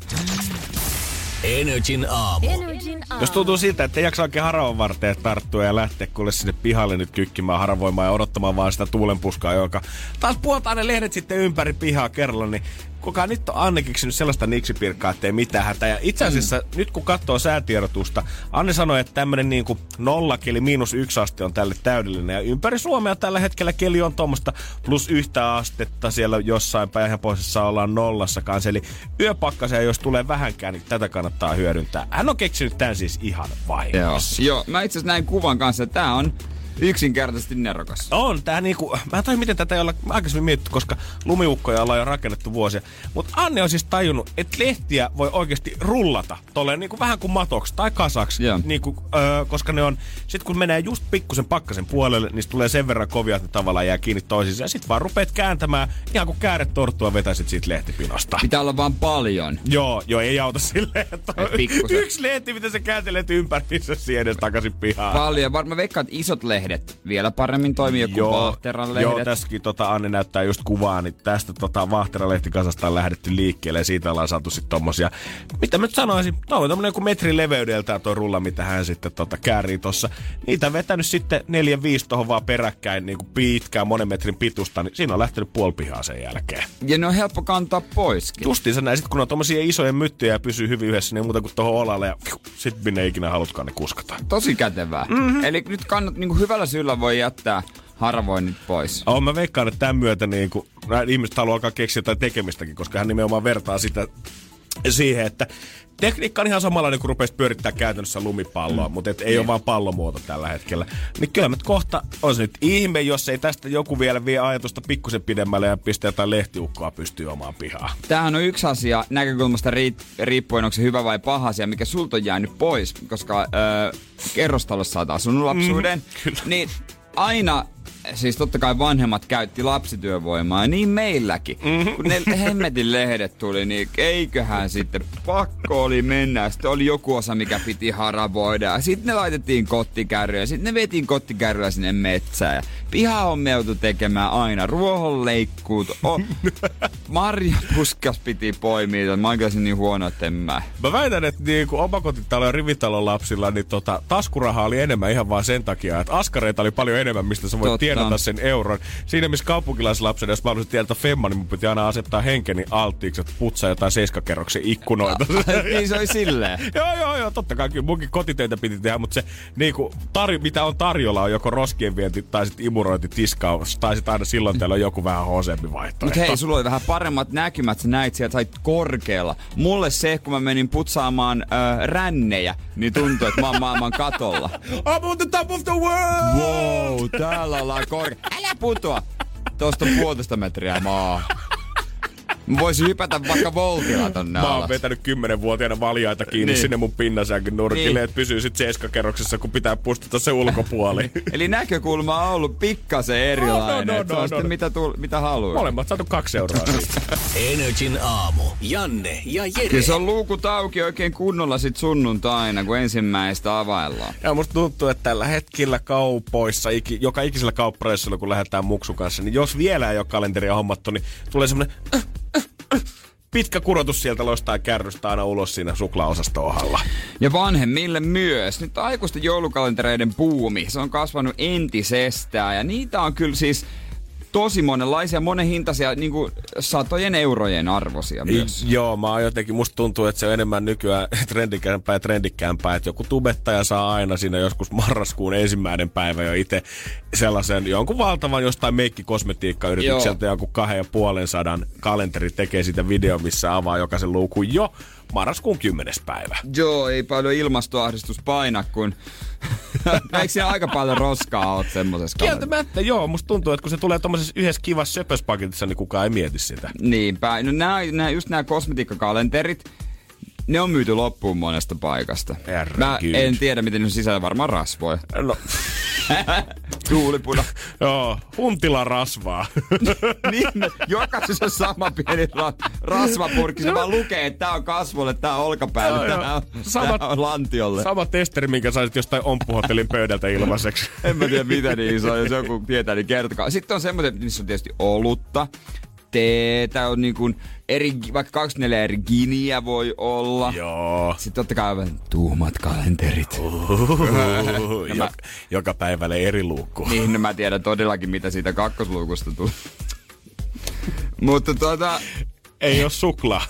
Speaker 3: Energin aamu.
Speaker 4: Jos tuntuu siltä, että ei jaksa oikein haravan varteen tarttua ja lähteä kuule sinne pihalle nyt kykkimään haravoimaan ja odottamaan vaan sitä tuulenpuskaa, joka taas puoltaa ne lehdet sitten ympäri pihaa kerralla, niin kuka nyt on Anne keksinyt sellaista niksipirkkaa, ettei mitään hätää. Ja itse asiassa mm. nyt kun katsoo säätiedotusta, Anne sanoi, että tämmönen niinku nollakeli miinus yksi aste on tälle täydellinen. Ja ympäri Suomea tällä hetkellä keli on tuommoista plus yhtä astetta. Siellä jossain päin ja pohjoisessa ollaan nollassa kanssa. Eli yöpakkaseen, jos tulee vähänkään, niin tätä kannattaa hyödyntää. Hän on keksinyt tämän siis ihan vahingossa.
Speaker 5: Joo, mä itse asiassa näin kuvan kanssa, että tää on yksinkertaisesti nerokas.
Speaker 4: On tää niinku, mä en tajua miten tätä ei olla aikaisemmin mietitty, koska lumiukkoja ollaan jo rakennettu vuosia. Mutta Anne on siis tajunnut, että lehtiä voi oikeasti rullata tolleen niinku vähän kuin matoksi tai kasaksi.
Speaker 5: Joo.
Speaker 4: Niinku, öö, koska ne on, sit kun menee just pikkusen pakkasen puolelle, niin tulee sen verran kovia, että ne tavallaan jää kiinni toisiinsa. Ja sit vaan rupeat kääntämään, ihan kuin kääretorttua vetäisit siitä lehtipinosta.
Speaker 5: Pitää olla vaan paljon.
Speaker 4: Joo, joo, ei auta silleen, että
Speaker 5: Ei, pikkusen.
Speaker 4: yksi lehti, mitä sä kääntelet ympäri, niin se edes takaisin pihaan.
Speaker 5: Paljon. Varmaan veikkaan, että isot lehdet vielä paremmin toimii joku Vaahteran lehdet.
Speaker 4: Joo, tässäkin tota, Anne näyttää just kuvaa, niin tästä tota, Vaahtera-lehtikasasta on lähdetty liikkeelle ja siitä ollaan saatu sitten tommosia, mitä mä nyt sanoisin, toi on tommonen joku metrin leveydeltään toi rulla, mitä hän sitten tota, käärii tossa. Niitä on vetänyt sitten neljä viisi tohon vaan peräkkäin, niin kuin pitkään, monen metrin pitusta, niin siinä on lähtenyt puoli pihaa sen jälkeen.
Speaker 5: Ja ne on helppo kantaa poiskin.
Speaker 4: Justiinsa näin, sit kun on tommosia isoja myttyjä ja pysyy hyvin yhdessä, niin muuta kuin tohon olalle ja sit minne ikinä halutkaan ne kuskata.
Speaker 5: Tosi kätevää. Mm-hmm. Eli nyt kannat niinku hyvällä syyllä voi jättää haravoinnit pois.
Speaker 4: Oh, mä veikkaan, että tämän myötä niin kun, ihmiset haluaa alkaa keksiä jotain tekemistäkin, koska hän nimenomaan vertaa sitä siihen, että tekniikka on ihan samanlainen, kun rupeisi pyörittää käytännössä lumipalloa, mm. mutta et ei mm. ole vaan pallomuoto tällä hetkellä. Niin kyllä mä kohta on se nyt ihme, jos ei tästä joku vielä vie ajatusta pikkusen pidemmälle ja pistää jotain lehtiukkoa pystyy omaan pihaan.
Speaker 5: Tämähän on yksi asia näkökulmasta riip- riippuen, onko se hyvä vai paha asia, mikä sulta on jäänyt pois, koska öö, kerrostalossa olet asunut lapsuuden, mm, niin aina siis totta kai vanhemmat käytti lapsityövoimaa, ja niin meilläkin. Mm-hmm. Kun ne hemmetin lehdet tuli, niin eiköhän sitten pakko oli mennä. Sitten oli joku osa, mikä piti haravoida. Ja sitten ne laitettiin kottikärryä, ja sitten ne vetiin kottikärryä sinne metsään. Ja pihahommia joutui tekemään aina. Ruohonleikkuut, oh, marjapuskas piti poimia. Mä oon kyllä niin huono, että en mä.
Speaker 4: Mä väitän, että niin kuin omakotitalo ja rivitalon lapsilla, niin tota, taskurahaa oli enemmän ihan vaan sen takia, että askareita oli paljon enemmän, mistä sä voit tienata sen euron. Siinä missä kaupunkilaislapsena, jos mä haluaisin tiedä femma, niin mun piti aina asettaa henkeni alttiiksi, että putsaa jotain seiskakerroksen ikkunoita.
Speaker 5: Niin se oli silleen.
Speaker 4: joo, joo, joo, totta kai kyllä munkin kotitöitä piti tehdä, mutta se niinku, tarjo, mitä on tarjolla on joko roskien vienti tai sitten imurointi tiskaus, tai sitten aina silloin teillä on joku vähän hoosempi vaihtoehto.
Speaker 5: Mut hei, sulla oli vähän paremmat näkymät, sä näit sieltä, sait korkealla. Mulle se, kun mä menin putsaamaan äh, rännejä, niin tuntui, että mä oon maailman katolla.
Speaker 4: I'm on the top of the world!
Speaker 5: Wow, täällä ollaan korkealla. Älä putoa! Tosta on puolitoista metriä maa. Mä voisin hypätä vaikka voltilla tonne
Speaker 4: Mä
Speaker 5: alas.
Speaker 4: oon vetänyt kymmenvuotiaana valjaita kiinni niin. sinne mun pinnasänkin nurkille, niin. että pysyy sit seiskakerroksessa, kun pitää pustata se ulkopuoli.
Speaker 5: Eli näkökulma on ollut pikkasen erilainen. No, no, no, se on no, sitten no. mitä, tull, mitä haluaa.
Speaker 4: Molemmat saatu kaksi euroa siitä.
Speaker 3: Energin aamu. Janne ja Jere.
Speaker 5: Kyllä se on luukut auki oikein kunnolla sit sunnuntaina, kun ensimmäistä availlaan.
Speaker 4: Ja musta tuntuu, että tällä hetkellä kaupoissa, iki, joka ikisellä kauppareissulla, kun lähdetään muksun kanssa, niin jos vielä ei ole kalenteria hommattu, niin tulee semmonen äh, äh, äh, pitkä kurotus sieltä loistaa kärrystä aina ulos siinä suklaaosasto-ohalla.
Speaker 5: Ja vanhemmille myös. Nyt aikuisten joulukalentereiden buumi, se on kasvanut entisestään. Ja niitä on kyllä siis tosi monenlaisia, monenhintaisia, niin kuin satojen eurojen arvoisia myös.
Speaker 4: I, joo, mä oon jotenkin, musta tuntuu, että se on enemmän nykyään trendikkäämpää ja trendikkäämpää, että joku tubettaja saa aina siinä joskus marraskuun ensimmäinen päivä jo itse sellaisen jonkun valtavan jostain meikkikosmetiikkayritykseltä joku kahden ja puolen sadan kalenteri tekee sitä video, missä avaa jokaisen luukun jo marraskuun kymmenes päivä.
Speaker 5: Joo, ei paljon ilmastoahdistus paina, kun eikö siinä aika paljon roskaa oot semmosessa kalenterissa?
Speaker 4: Kieltämättä, joo. Musta tuntuu, että kun se tulee tommosessa yhdessä kivassa söpöspaketissa, niin kukaan ei mieti sitä.
Speaker 5: Niinpä. No nää, nää, just nämä kosmetiikkakalenterit, ne on myyty loppuun monesta paikasta.
Speaker 4: Herregud.
Speaker 5: Mä en tiedä, miten ne on sisällä varmaan rasvoja.
Speaker 4: No,
Speaker 5: Tuulipuna.
Speaker 4: Joo, Huntila rasvaa.
Speaker 5: Niin, jokaisessa on sama pieni ra- rasvapurkki. Se vaan lukee, että tää on kasvolle, tää on olkapäälle, joo, tää, on, Samat, tää on lantiolle.
Speaker 4: Sama testeri, minkä saisit jostain omppuhotellin pöydältä ilmaiseksi.
Speaker 5: En mä tiedä mitä niin iso, jos joku tietää, niin kertokaa. Sitten on semmoiset, missä on tietysti olutta. Teetä on niin kuin eri, vaikka kaksikymmentäneljä eri giniä voi olla.
Speaker 4: Joo.
Speaker 5: Sitten totta kai on tuhmat kalenterit.
Speaker 4: Uhuhu, joka, joka päivälle eri luukku.
Speaker 5: Niin, no mä tiedän todellakin, mitä siitä kakkosluukusta tulee. Mutta tuota...
Speaker 4: Ei oo suklaa.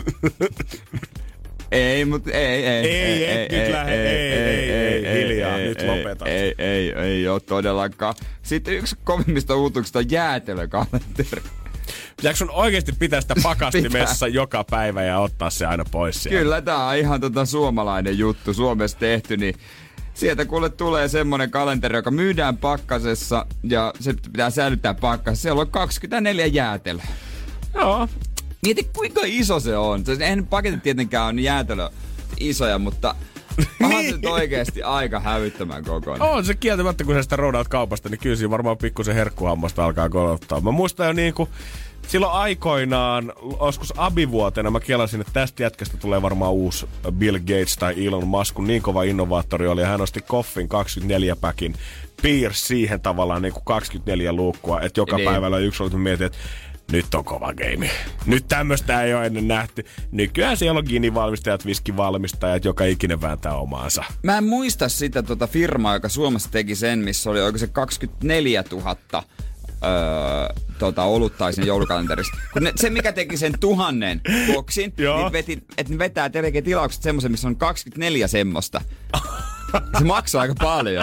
Speaker 5: Ei, mutta ei, ei, ei,
Speaker 4: ei, ei, nyt lähde, ei, ei, ei, hiljaa, nyt lopetat.
Speaker 5: Ei, ei, ei oo todellakaan. Sitten yksi kovimmista uutuuksista on jäätelökalenteri.
Speaker 4: Pitääkö sun oikeesti pitää sitä pakastimessa Pitää. joka päivä ja ottaa se aina pois sieltä?
Speaker 5: Kyllä, tää on ihan tota suomalainen juttu, Suomessa tehty, niin sieltä kuule tulee semmonen kalenteri, joka myydään pakkasessa ja se pitää säilyttää pakkasessa. Siellä on kaksikymmentäneljä jäätelöä.
Speaker 4: Joo.
Speaker 5: Mieti kuinka iso se on. Eihän paketit tietenkään on jäätelö isoja, mutta onhan se nyt oikeesti aika hävyttömän kokoinen.
Speaker 4: On se kieltämättä, kun sä sitä roudaat kaupasta, niin kyllä siinä varmaan pikkusen herkkuhammasta alkaa kolottaa. Mä muistan jo niinku, silloin aikoinaan, joskus abivuotena mä kelasin, että tästä jätkästä tulee varmaan uusi Bill Gates tai Elon Musk, kun niin kova innovaattori oli. Ja hän osti Koffin kaksikymmentäneljä päkin, piirsi siihen tavallaan niinku kaksikymmentäneljä luukkua, että joka niin. päivällä yksi oli mietin, että nyt on kova game. Nyt tämmöstä ei ole ennen nähty. Nykyään siellä on ginivalmistajat, viskivalmistajat, joka ikinen vääntää omaansa. Mä
Speaker 5: en muista sitä tuota firmaa, joka Suomessa teki sen, missä oli oikein se kaksikymmentäneljätuhatta öö, tota, olutta siinä joulukalenterissa. Kun ne, se, mikä teki sen tuhannen boksin, niin veti, että ne vetää tekee tilaukset semmoisen, missä on kaksikymmentäneljä semmoista. Se maksaa aika paljon.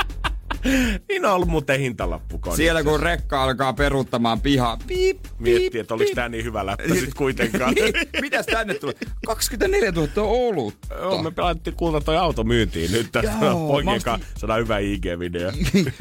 Speaker 4: Niin on ollut muuten hintalappu konissa.
Speaker 5: Siellä kun rekka alkaa peruuttamaan pihaa. Piip,
Speaker 4: Miettii, että oliks tää niin hyvä läppä sit kuitenkaan.
Speaker 5: Niin, mitäs tänne tulee? kaksikymmentäneljätuhatta olutta.
Speaker 4: Joo, me pelattiin kuulta toi auto myyntiin nyt. Tästä poikien kanssa saadaan hyvä I G-video.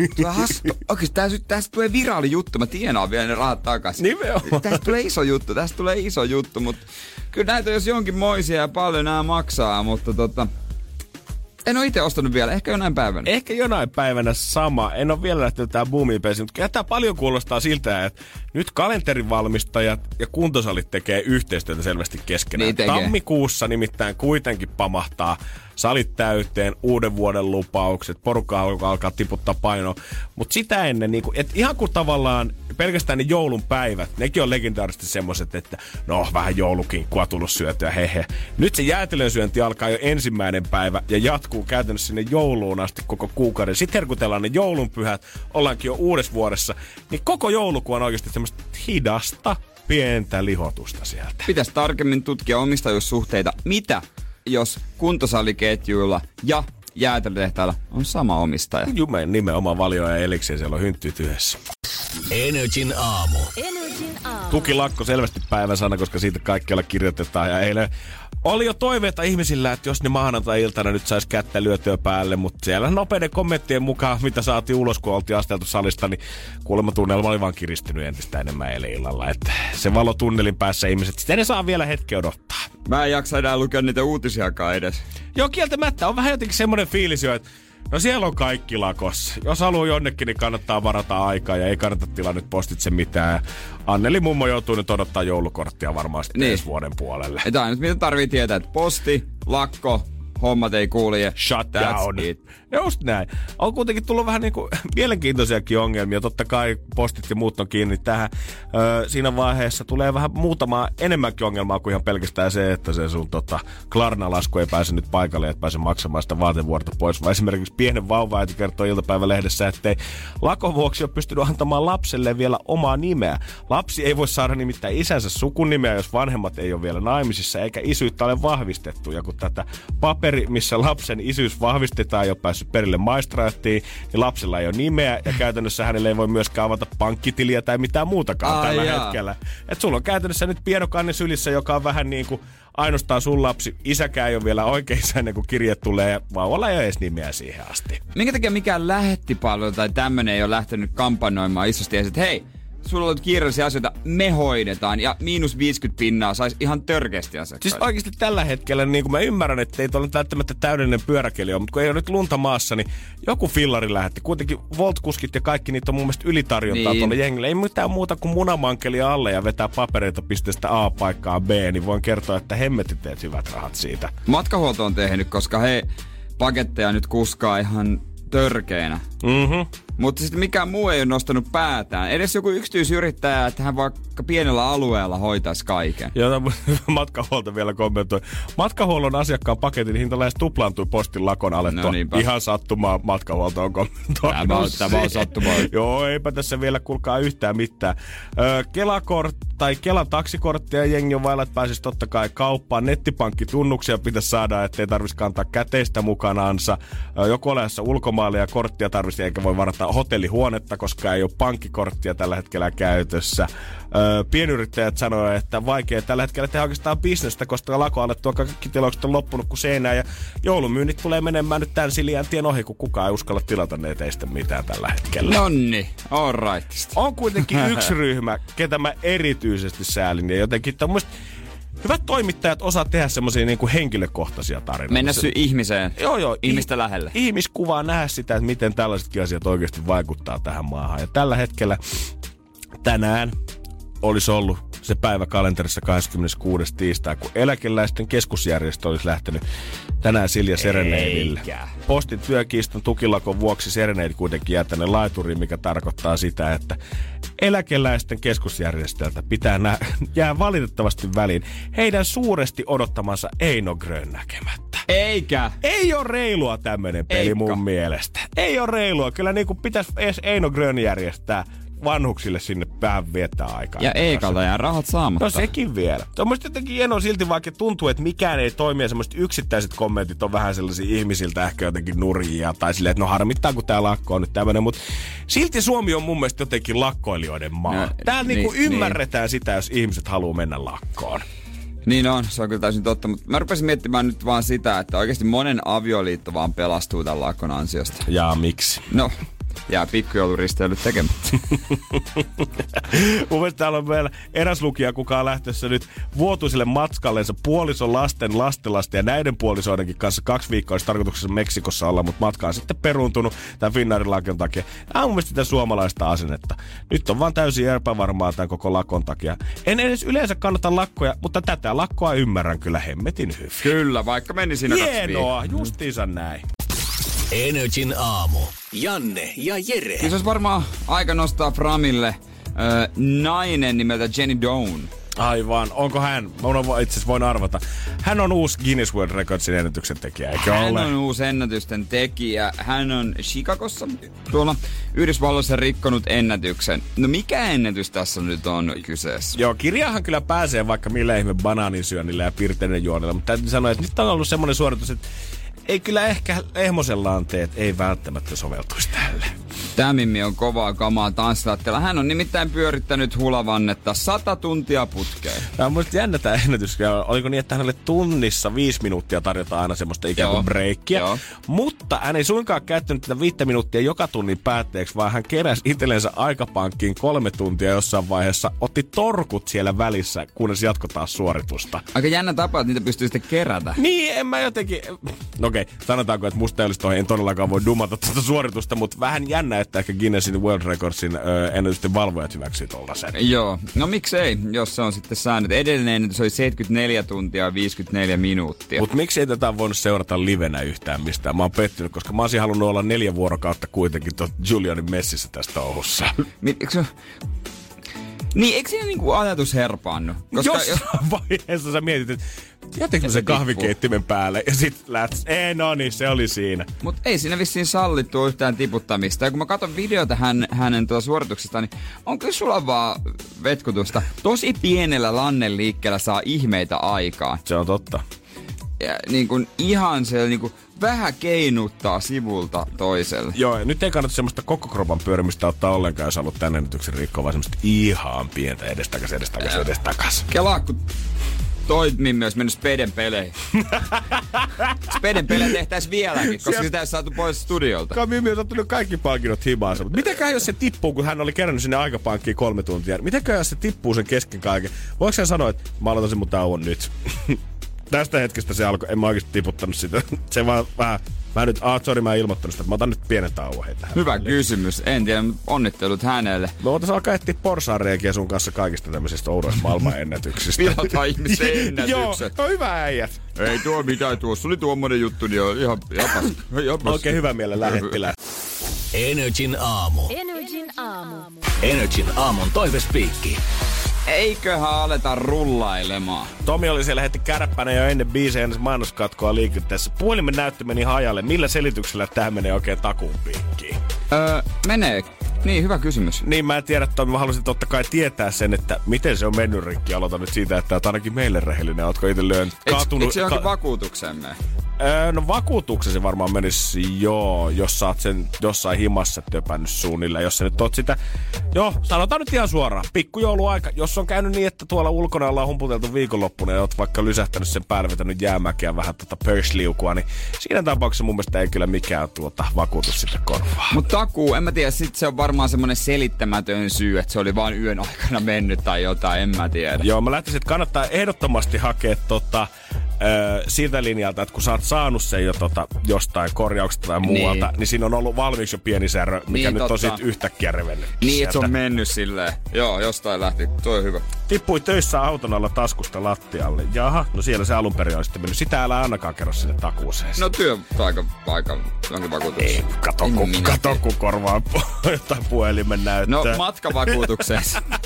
Speaker 5: Oikeesti tästä, tästä tulee viraali juttu. Mä tienaan vielä ne rahat takaisin.
Speaker 4: Nimenomaan.
Speaker 5: Tästä tulee iso juttu, tästä tulee iso juttu. Mutta kyllä näitä jos jonkinmoisia ja paljon nämä maksaa, mutta tota... En ole itse ostanut vielä, ehkä jonain päivänä.
Speaker 4: Ehkä jonain päivänä sama. En ole vielä lähtenyt tähän boomiin peisiin, mutta kyllä tämä paljon kuulostaa siltä, että nyt kalenterivalmistajat ja kuntosalit tekee yhteistyötä selvästi keskenään.
Speaker 5: Niin
Speaker 4: Tammikuussa nimittäin kuitenkin pamahtaa salit täyteen, uuden vuoden lupaukset, porukka alkaa tiputtaa painoa. Mutta sitä ennen, niin että ihan kuin tavallaan pelkästään ne joulun päivät, nekin on legendaarisesti semmoiset, että no vähän joulukinkkua tullut syötyä, hehe. Nyt se jäätelön syönti alkaa jo ensimmäinen päivä ja jatkuu käytännössä sinne jouluun asti koko kuukauden. Sitten herkutellaan ne joulunpyhät, ollaankin jo uudessa vuodessa, niin koko joulukuu on oikeasti semmoista hidasta, pientä lihotusta sieltä.
Speaker 5: Pitäisi tarkemmin tutkia omistajuussuhteita. Mitä jos kuntosaliketjuilla ja jäätelötehtailla on sama omistaja?
Speaker 4: Jume, nimenomaan Valio ja Elixir, siellä on hynttyyt yhdessä.
Speaker 3: Energin aamu.
Speaker 8: Energin aamu.
Speaker 4: Tukilakko selvästi päivän sana, koska siitä kaikkialla kirjoitetaan. Ja eilen oli jo toiveita ihmisillä, että jos ne maanantai-iltana nyt sais kättä lyötyä päälle, mutta siellä nopeiden kommenttien mukaan, mitä saatiin ulos, kun oltiin asteltu salista, niin kuulemma tunnelma oli vaan kiristynyt entistä enemmän eilen illalla. Että se valo tunnelin päässä ihmiset, sitä ne saa vielä hetki odottaa.
Speaker 5: Mä en jaksa enää lukea niitä uutisiakaan edes.
Speaker 4: Joo, kieltämättä on vähän jotenkin semmoinen fiilis jo, että no siellä on kaikki lakossa. Jos haluaa jonnekin, niin kannattaa varata aikaa ja ei kannata tilaa nyt postitse mitään. Anneli mummo joutuu nyt odottaa joulukorttia varmaan sitten niin. ensi vuoden puolelle.
Speaker 5: Tämä on nyt mitä tarvii tietää, että posti, lakko, hommat ei kuulije.
Speaker 4: Shut down. Just näin. On kuitenkin tullut vähän niinku mielenkiintoisiakin ongelmia. Totta kai postit ja muut on kiinni tähän. Öö, siinä vaiheessa tulee vähän muutamaa enemmänkin ongelmaa kuin ihan pelkästään se, että se sun tota, Klarna-lasku ei pääse nyt paikalle, että pääse maksamaan sitä vaatevuorta pois. Vai esimerkiksi pienen vauva-äiti kertoo iltapäivälehdessä, ettei lakon vuoksi ole pystynyt antamaan lapselle vielä omaa nimeä. Lapsi ei voi saada nimittäin isänsä sukunimeä, jos vanhemmat ei ole vielä naimisissa, eikä isyyttä ole vahvistettu. Ja kun tätä paperi, missä lapsen isyys vahvistetaan, ei ole päässyt perille maistraattiin, niin lapsella ei ole nimeä, ja käytännössä hänelle ei voi myöskään avata pankkitiliä tai mitään muutakaan Ai tällä jaa. hetkellä. Et sulla on käytännössä nyt pienokanne sylissä, joka on vähän niin kuin ainoastaan sun lapsi. Isäkään ei ole vielä oikeissa ennen kuin kirje tulee, ja vauvalla ei ole edes nimeä siihen asti.
Speaker 5: Minkä takia mikään lähettipalvelu tai tämmönen ei ole lähtenyt kampanjoimaan isosti, että hei, sulla on kiireellisiä asioita, me hoidetaan. Ja miinus viisikymmentä pinnaa saisi ihan törkeästi asiakkaita.
Speaker 4: Siis oikeasti tällä hetkellä, niin kuin mä ymmärrän, että ei ole välttämättä täydellinen pyöräkeli ole, mutta kun ei ole nyt lunta maassa, niin joku fillari lähetti. Kuitenkin Volt-kuskit ja kaikki niitä on mun mielestä ylitarjontaa niin tuolla jengillä. Ei mitään muuta kuin munamankelia alle ja vetää papereita pisteestä A paikkaan B, niin voin kertoa, että hemmetti teet hyvät rahat siitä.
Speaker 5: Matkahuolto on tehnyt, koska he paketteja nyt kuskaa ihan törkeinä.
Speaker 4: Mhm.
Speaker 5: Mutta sitten mikään muu ei ole nostanut päätään. Edes joku yksityisyrittäjä, että hän vaikka pienellä alueella hoitaisi kaiken.
Speaker 4: Joo, matkahuolto vielä kommentoi. Matkahuollon asiakkaan paketin hinta lähes tuplaantui postin lakon alettua. No ihan sattumaa matkahuolto on kommentoinut.
Speaker 5: Tämä on, tämä on sattumaa.
Speaker 4: Joo, eipä tässä vielä kuulkaa yhtään mitään. Öö, Kelakort tai Kelan taksikorttia jengi on vailla, että pääsisi totta kai kauppaan. Nettipankkitunnuksia pitäisi saada, ettei tarvitsisi kantaa käteistä mukanaansa. Öö, joko olessa ulkomaille ja korttia tarvitsisi, eikä voi varata hotellihuonetta, koska ei ole pankkikorttia tällä hetkellä käytössä. Öö, pienyrittäjät sanoo, että vaikea tällä hetkellä tehdä oikeastaan bisnestä, koska lako alettua kaikki tilaukset on loppunut kuin seinään ja joulumyynnit tulee menemään nyt tämän Siliän tien ohi, kun kukaan ei uskalla tilata ne teistä mitään tällä hetkellä.
Speaker 5: Nonni, all right.
Speaker 4: On kuitenkin yksi ryhmä, ketä mä erityisesti säälin ja jotenkin tämmöistä hyvät toimittajat osaa tehdä semmoisia niinku henkilökohtaisia tarinoita.
Speaker 5: Mennä sy- ihmiseen.
Speaker 4: Joo, joo.
Speaker 5: Ihmistä
Speaker 4: I-
Speaker 5: lähelle.
Speaker 4: Ihmiskuvaa nähdä sitä, että miten tällaisetkin asiat oikeasti vaikuttaa tähän maahan. Ja tällä hetkellä tänään olisi ollut se päivä kalenterissa kahdeskymmeneskuudes tiistai, kun eläkeläisten keskusjärjestö olisi lähtenyt tänään Silja Sereneidille. Postin työkiiston tukilakon vuoksi Sereneid kuitenkin jää tänne laituriin, mikä tarkoittaa sitä, että eläkeläisten keskusjärjestöltä pitää nä- jää valitettavasti väliin heidän suuresti odottamansa Eino Grön näkemättä.
Speaker 5: Eikä.
Speaker 4: Ei ole reilua tämmönen peli Eikä. mun mielestä. Ei ole reilua. Kyllä niinku pitäisi edes Eino Grön järjestää vanhuksille sinne vähän viettää aikaa.
Speaker 5: Ja Eikalta jää rahat saamatta.
Speaker 4: No sekin vielä. Tuommoista jotenkin hienoa silti, vaikka tuntuu, että mikään ei toimi ja semmoiset yksittäiset kommentit on vähän sellaisia ihmisiltä ehkä jotenkin nurjia tai silleen, että no harmittaa, kun tää lakko on nyt tämmönen, mutta silti Suomi on mun mielestä jotenkin lakkoilijoiden maa. No, täällä niin, niinku ymmärretään niin. sitä, jos ihmiset haluaa mennä lakkoon.
Speaker 5: Niin on, se on kyllä täysin totta, mutta mä rupesin miettimään nyt vaan sitä, että oikeasti monen avioliitto vaan pelastuu tämän lakon ansiosta.
Speaker 4: Jaa, miksi?
Speaker 5: No, jää pikkujouluristeilyt tekemättä.
Speaker 4: Mun mielestä täällä on vielä eräs lukija, kuka on lähtössä nyt vuotuiselle matkalleensa puolison lasten lastenlasten ja näiden puolisoidenkin kanssa kaksi viikkoa olisi tarkoituksessa Meksikossa olla, mutta matka on sitten peruuntunut tämän Finnairin lakon takia. Tämä on mun mielestä sitä suomalaista asennetta. Nyt on vaan täysin epävarmaa tämän koko lakon takia. En edes yleensä kannata lakkoja, mutta tätä lakkoa ymmärrän kyllä hemmetin hyvin.
Speaker 5: Kyllä, vaikka meni siinä kaksi viikkoa.
Speaker 4: Hienoa, justiinsa näin.
Speaker 3: Energin aamu. Janne ja Jere.
Speaker 5: Kyllä se olisi varmaan aika nostaa Framille äh, nainen nimeltä Jenny Dawn.
Speaker 4: Aivan. Onko hän? Mä itse asiassa voin arvata. Hän on uusi Guinness World Recordsin ennätyksen tekijä, eikö
Speaker 5: hän
Speaker 4: ole?
Speaker 5: Hän on uusi ennätysten tekijä. Hän on Chicagossa tuolla Yhdysvalloissa rikkonut ennätyksen. No mikä ennätys tässä nyt on kyseessä?
Speaker 4: Joo, kirjahan kyllä pääsee vaikka millä ihme banaaninsyönnillä ja pirteinen juonilla, mutta täytyy sanoa, että nyt on ollut semmoinen suoritus, että ei kyllä ehkä ehmosellaan teet, ei välttämättä soveltuisi tälle.
Speaker 5: Tämä Mimmi on kovaa kamaa tanssilatteella. Hän on nimittäin pyörittänyt hulavannetta sata tuntia putkeen.
Speaker 4: Tämä on muista jännä tämä ennätys. Oliko niin, että hänelle tunnissa viisi minuuttia tarjotaan aina semmoista ikään kuin breikkiä. Joo. Mutta hän ei suinkaan käyttänyt tätä viittä minuuttia joka tunnin päätteeksi, vaan hän keräsi itsellensä aikapankkiin kolme tuntia jossain vaiheessa. Otti torkut siellä välissä, kunnes jatkoi taas suoritusta.
Speaker 5: Aika jännä tapa, että niitä pystyy sitten kerätä.
Speaker 4: Niin, en mä jotenkin... No okei, sanotaanko, että musta ei olisi tohon, en todellakaan voi dumata tuota suoritusta, mutta vähän jännä, että ehkä Guinnessin World Recordsin ö, ennätysten valvojat hyväksyy tollasen.
Speaker 5: Joo, no miksei, jos se on sitten säännöt. Edellinen ennätys oli seitsemänkymmentäneljä tuntia ja viisikymmentäneljä minuuttia.
Speaker 4: Mut miksi ei tätä voinut seurata livenä yhtään mistään? Mä oon pettynyt, koska mä olisin halunnut olla neljä vuorokautta kuitenkin tuossa Julianin messissä tästä touhussa.
Speaker 5: Eikö Niin, eikö siinä niinku ajatus herpaannu?
Speaker 4: Koska jossain jos... vaiheessa sä mietit, että jätinkö se kahvikeittimen päälle ja sit lähtis. Ei, no niin, se oli siinä.
Speaker 5: Mut ei siinä vissiin sallittu yhtään tiputtamista. Ja kun mä katson videota hän, hänen tuota suorituksesta, niin on kyllä sulla vaan vetkutusta. Tosi pienellä lannen liikkeellä saa ihmeitä aikaan.
Speaker 4: Se on totta.
Speaker 5: Ja niin kun ihan se niin kun vähän keinuttaa sivulta toiselle.
Speaker 4: Joo, nyt ei kannata semmoista koko kropan pyörimistä ottaa ollenkaan, jos haluat tän ennätyksen rikkoa, vaan semmoista ihan pientä edestakas, edestakas, edestakas.
Speaker 5: Kelaa, kun Toi Mimmi olisi mennyt Speden peleihin. Speden pelejä tehtäis vieläkin, koska Sieltä... sitä ei saatu pois studiolta.
Speaker 4: Kai Mimmi on ottanut kaikki palkinnot himaansa. Mutta mitenkään jos se tippuu, kun hän oli kerännyt sinne aikapankkiin kolme tuntia. Mitenkään jos se tippuu sen kesken kaiken? Voiko hän sanoa, että mä aloitan sen mun tauon nyt? Tästä hetkestä se alkoi. En mä oikeesti tiputtanut sitä. Se vaan vähän... Mä nyt, ah, sorry, mä en ilmoittanut sitä, että mä otan nyt pienen tauon heitä.
Speaker 5: Hyvä hänelle. Kysymys. En tiedä, onnittelut hänelle.
Speaker 4: Me voitais alkaa etsiä porsaanreikiä sun kanssa kaikista tämmöisistä oudoista maailmanennätyksistä.
Speaker 5: Pilata ihmisten ennätykset.
Speaker 4: Joo, no hyvä äijät.
Speaker 5: Ei tuo mitään, tuossa oli tuommoinen juttu, niin on ihan japas. japas.
Speaker 4: Oikein hyvä mielen lähettilä.
Speaker 3: Energin aamu.
Speaker 8: Energin aamu.
Speaker 3: Energin aamun toivespiikki.
Speaker 5: Eiköhän aleta rullailemaan.
Speaker 4: Tomi oli siellä heti kärppänä jo ennen biisejä ennen mainoskatkoa liikenteessä. Puhelimen näyttö meni hajalle. Millä selityksellä tähän menee oikein takuun piikkiin?
Speaker 5: Öö, menee. Niin, hyvä kysymys.
Speaker 4: Niin, mä en tiedä, Tomi. Mä haluaisin totta kai tietää sen, että miten se on mennyt rikki. Aloitan nyt siitä, että oot ainakin meille rehellinen. Ootko itse lyönyt kaatunut...
Speaker 5: Eikö se johonkin ka- vakuutuksemme?
Speaker 4: Öö, no vakuutuksen se varmaan menisi, joo, jos sä oot sen jossain himassa töpännyt suunnilleen. Jos sä nyt oot sitä, joo, sanotaan nyt ihan suoraan, pikkujouluaika. Jos on käynyt niin, että tuolla ulkona ollaan humputeltu viikonloppuna ja oot vaikka lysähtänyt sen päälle, vetänyt jäämäkeä vähän tota pörsliukua, niin siinä tapauksessa mun mielestä ei kyllä mikään tuota vakuutus sitten korvaa.
Speaker 5: Mut takuu, en mä tiedä, sit se on varmaan semmonen selittämätön syy, että se oli vaan yön aikana mennyt tai jotain, en mä tiedä.
Speaker 4: Joo, mä lähtisin, että kannattaa ehdottomasti hakea tota... Öö, siltä linjalta, että kun sä oot saanut sen jo tota, jostain korjauksesta tai muualta, niin. niin siinä on ollut valmiiksi jo pieni särö, mikä niin, nyt totta. On sit yhtäkkiä revennyt.
Speaker 5: Niin, että se on mennyt silleen. Joo, jostain lähti. Toi on hyvä.
Speaker 4: Tippui töissä auton alla taskusta lattialle. Jaha, no siellä se alun perin on sitten mennyt. Sitä älä ainakaan kerro sinne takuuseen.
Speaker 5: No työpaikka, jonkin vakuutuksen.
Speaker 4: Ei, kato, kun, kato kun korvaa jotain puhelimen näyttöä.
Speaker 5: No matkavakuutukseen.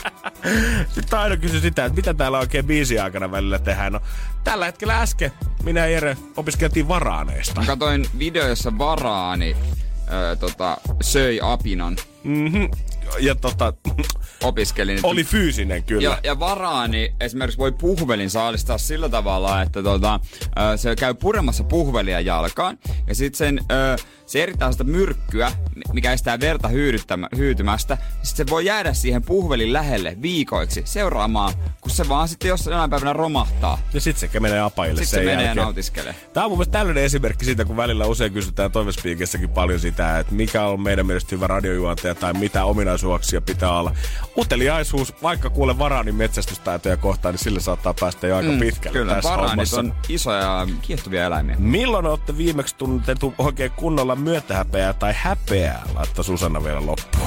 Speaker 4: Sitten aina kysy sitä, että mitä täällä oikein biisin aikana välillä tehdään. No, tällä hetkellä äsken minä ja Jere opiskeltiin varaaneista.
Speaker 5: Mä katoin video, jossa varaani öö, tota, söi apinan.
Speaker 4: Mhm. Ja tota...
Speaker 5: Opiskelin.
Speaker 4: Oli fyysinen kyllä.
Speaker 5: Ja, ja varaani esimerkiksi voi puhvelin saalistaa sillä tavalla, että tota, ö, se käy puremassa puhvelia jalkaan. Ja sitten sen, ö, se erittää sitä myrkkyä, mikä estää verta hyytymästä. Sitten se voi jäädä siihen puhvelin lähelle viikoiksi seuraamaan, kun se vaan sitten jossain jonain päivänä romahtaa.
Speaker 4: Ja sitten se menee apajille sen,
Speaker 5: sen jälkeen. Sitten se menee ja
Speaker 4: nautiskelee. Tämä on mun mielestä tällainen esimerkki siitä, kun välillä usein kysytään toivespiikissäkin paljon sitä, että mikä on meidän mielestä hyvä radiojuontaja tai mitä ominaisuuksia pitää olla. Uteliaisuus, vaikka kuule varaani metsästystaitoja kohtaan, niin sille saattaa päästä jo aika mm, pitkälle
Speaker 5: kyllä,
Speaker 4: tässä hommassa.
Speaker 5: Kyllä, on isoja ja kiehtovia eläimiä.
Speaker 4: Milloin olette viimeksi tunnetettu oikein kunnolla myötähäpeää tai häpeää, laittaa Susanna vielä loppuun?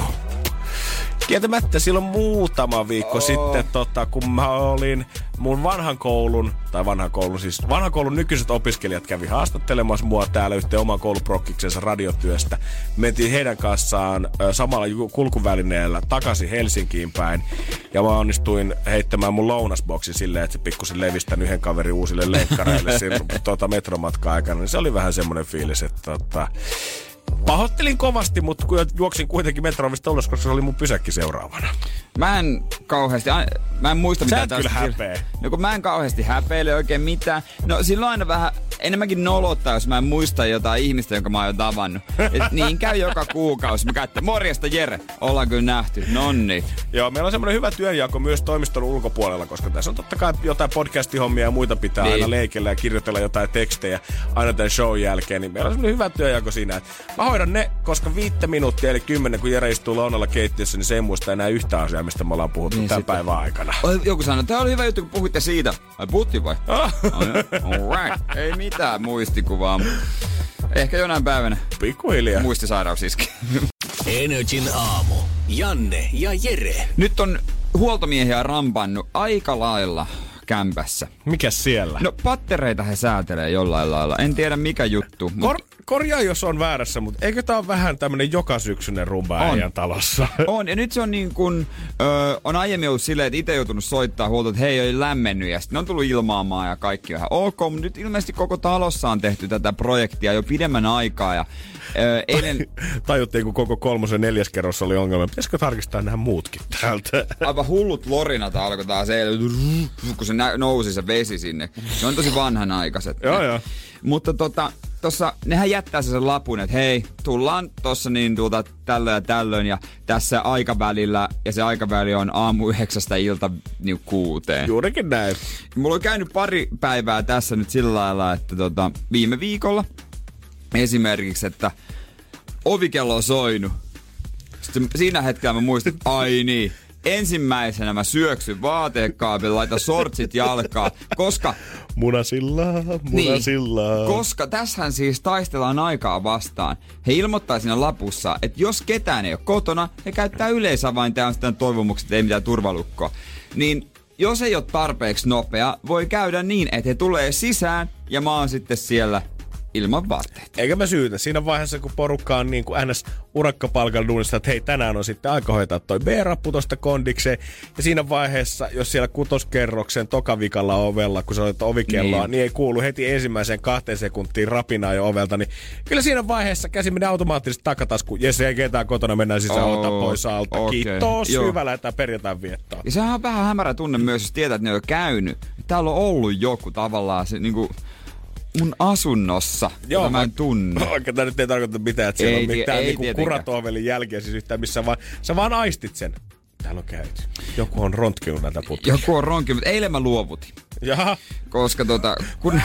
Speaker 4: Kieltämättä silloin muutama viikko oh. sitten, tota, kun mä olin mun vanhan koulun, tai vanhan koulun, siis vanhan koulun nykyiset opiskelijat kävi haastattelemassa mua täällä yhteen oman kouluprokkiksensa radiotyöstä. Mentiin heidän kanssaan ö, samalla kulkuvälineellä takaisin Helsinkiin päin. Ja mä onnistuin heittämään mun lounasboksin silleen, että se pikkusen levistän yhden kaverin uusille leikkareille siinä tuota metromatkaa aikana. Niin se oli vähän semmoinen fiilis, että tota, pahoittelin kovasti, mutta juoksin kuitenkin metrovista ulos, koska se oli mun pysäkki seuraavana.
Speaker 5: Mä en kauheasti, mä en muista
Speaker 4: Sä
Speaker 5: mitään
Speaker 4: et kyllä häpeä.
Speaker 5: No kun mä en kauheasti häpeile oikein mitään. No silloin aina vähän enemmänkin nolottaa, jos mä en muista jotain ihmistä, jonka mä oon jo tavannut. Et niin käy joka kuukausi. Mä käyttää, morjesta Jere, ollaan kyllä nähty. Nonni.
Speaker 4: Joo, meillä on semmoinen hyvä työnjako myös toimiston ulkopuolella, koska tässä on totta kai jotain podcast-hommia ja muita pitää niin aina leikellä ja kirjoitella jotain tekstejä aina tämän show jälkeen. Niin meillä on semmoinen hyvä työnjako siinä, että mä hoidan ne, koska viittä minuuttia eli kymmenen, kun Jere istuu lounalla keittiössä, niin se ei muista enää yhtään asiaa, mistä me ollaan puhuttu niin tämän sitten päivän aikana.
Speaker 5: Joku sanoi, että tämä oli hyvä juttu, kun puhuitte siitä. Ai puhuttiin vai? Oh. Alright. Ei mitään muistikuvaa. Ehkä jonain päivänä.
Speaker 4: Pikkuhiljaa.
Speaker 5: Muistisairaus iski.
Speaker 3: Energin aamu. Janne ja Jere.
Speaker 5: Nyt on huoltomiehiä rampannut aika lailla kämpässä.
Speaker 4: Mikäs siellä?
Speaker 5: No pattereita he säätelee jollain lailla. En tiedä mikä juttu.
Speaker 4: Kor- mut... Korjaa jos on väärässä, mutta eikö tää ole vähän tämmönen jokasyksyinen rumba äijän talossa?
Speaker 5: On, ja nyt se on niin kuin, ö, on aiemmin ollut silleen, että itse joutunut soittaa huolta, että hei, ei lämmennyt, ja sitten on tullut ilmaamaan ja kaikki on ihan ok, mutta nyt ilmeisesti koko talossa on tehty tätä projektia jo pidemmän aikaa, ja ö, eilen...
Speaker 4: Tajuttiin, kun koko kolmosen neljäs kerros oli ongelma, pitäisikö tarkistaa nämä muutkin täältä?
Speaker 5: Aivan hullut lorinat alkoi taas eilen, kun se nousi se vesi sinne. Ne on tosi vanhanaikaiset.
Speaker 4: Joo, joo.
Speaker 5: Mutta tota... tossa, nehän jättää sen lapun, että hei, tullaan tossa niin tuota tällöin ja tällöin ja tässä aikavälillä, ja se aikaväli on aamu yhdeksästä ilta niin kuuteen.
Speaker 4: Juurikin näin.
Speaker 5: Mulla on käynyt pari päivää tässä nyt sillä lailla, että tota, viime viikolla esimerkiksi, että ovikello on soinut. Sitten siinä hetkellä mä muistin, ai niin, ensimmäisenä mä syöksyn vaatekaapille, laitan sortsit jalkaan, koska...
Speaker 4: Munasillaa, munasillaa.
Speaker 5: Niin, koska tässähän siis taistellaan aikaa vastaan. He ilmoittaa siinä lapussa, että jos ketään ei ole kotona, he käyttää yleisavainta ja on sitten toivomukset, ei mitään turvalukkoa. Niin jos ei ole tarpeeksi nopea, voi käydä niin, että he tulee sisään ja mä oon sitten siellä ilman vaatteita.
Speaker 4: Eikä mä syytä. Siinä vaiheessa, kun porukka on niin kuin ns. Urakkapalkalla duunissa, että hei, tänään on sitten aika hoitaa toi B-rappu tosta kondikseen. Ja siinä vaiheessa, jos siellä kutoskerroksen tokavikalla ovella, kun sä olet ovikelloa, niin. niin ei kuulu heti ensimmäiseen kahteen sekuntiin rapinaa jo ovelta, niin kyllä siinä vaiheessa käsi menee automaattisesti takataskuun. Jes, ei ketään kotona, mennään sisään, oh, ota pois alta. Okay. Kiitos, Joo. hyvä, lähdetään perjantain viettoon.
Speaker 5: Ja sehän on vähän hämärä tunne myös, jos tietää, että ne on jo käynyt. Täällä on ollut joku tavallaan se niinku... mun asunnossa, Joo, jota mä en tunne.
Speaker 4: Oikein tämä nyt ei tarkoita mitään, että siellä ei, on mitään niinku kuratovelin jälkeä siis yhtään, missä vaan, sä vaan aistit sen. Täällä on käyty. Joku on rontkinut näitä putkia.
Speaker 5: Joku on rontkinut, mutta eilen mä luovutin.
Speaker 4: Jaha.
Speaker 5: Koska tota, kun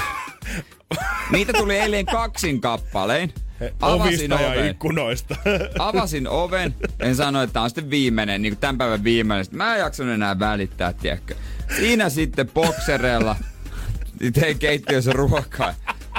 Speaker 5: niitä tuli eilen kaksin kappaleen.
Speaker 4: Ovista ja oven. Ikkunoista.
Speaker 5: Avasin oven, en sano, että tää on sitten viimeinen, niin kuin tämän päivän viimeinen. Sitten mä en jaksanut enää välittää, tiedätkö. Siinä sitten boksereilla tein keittiössä ruokaa.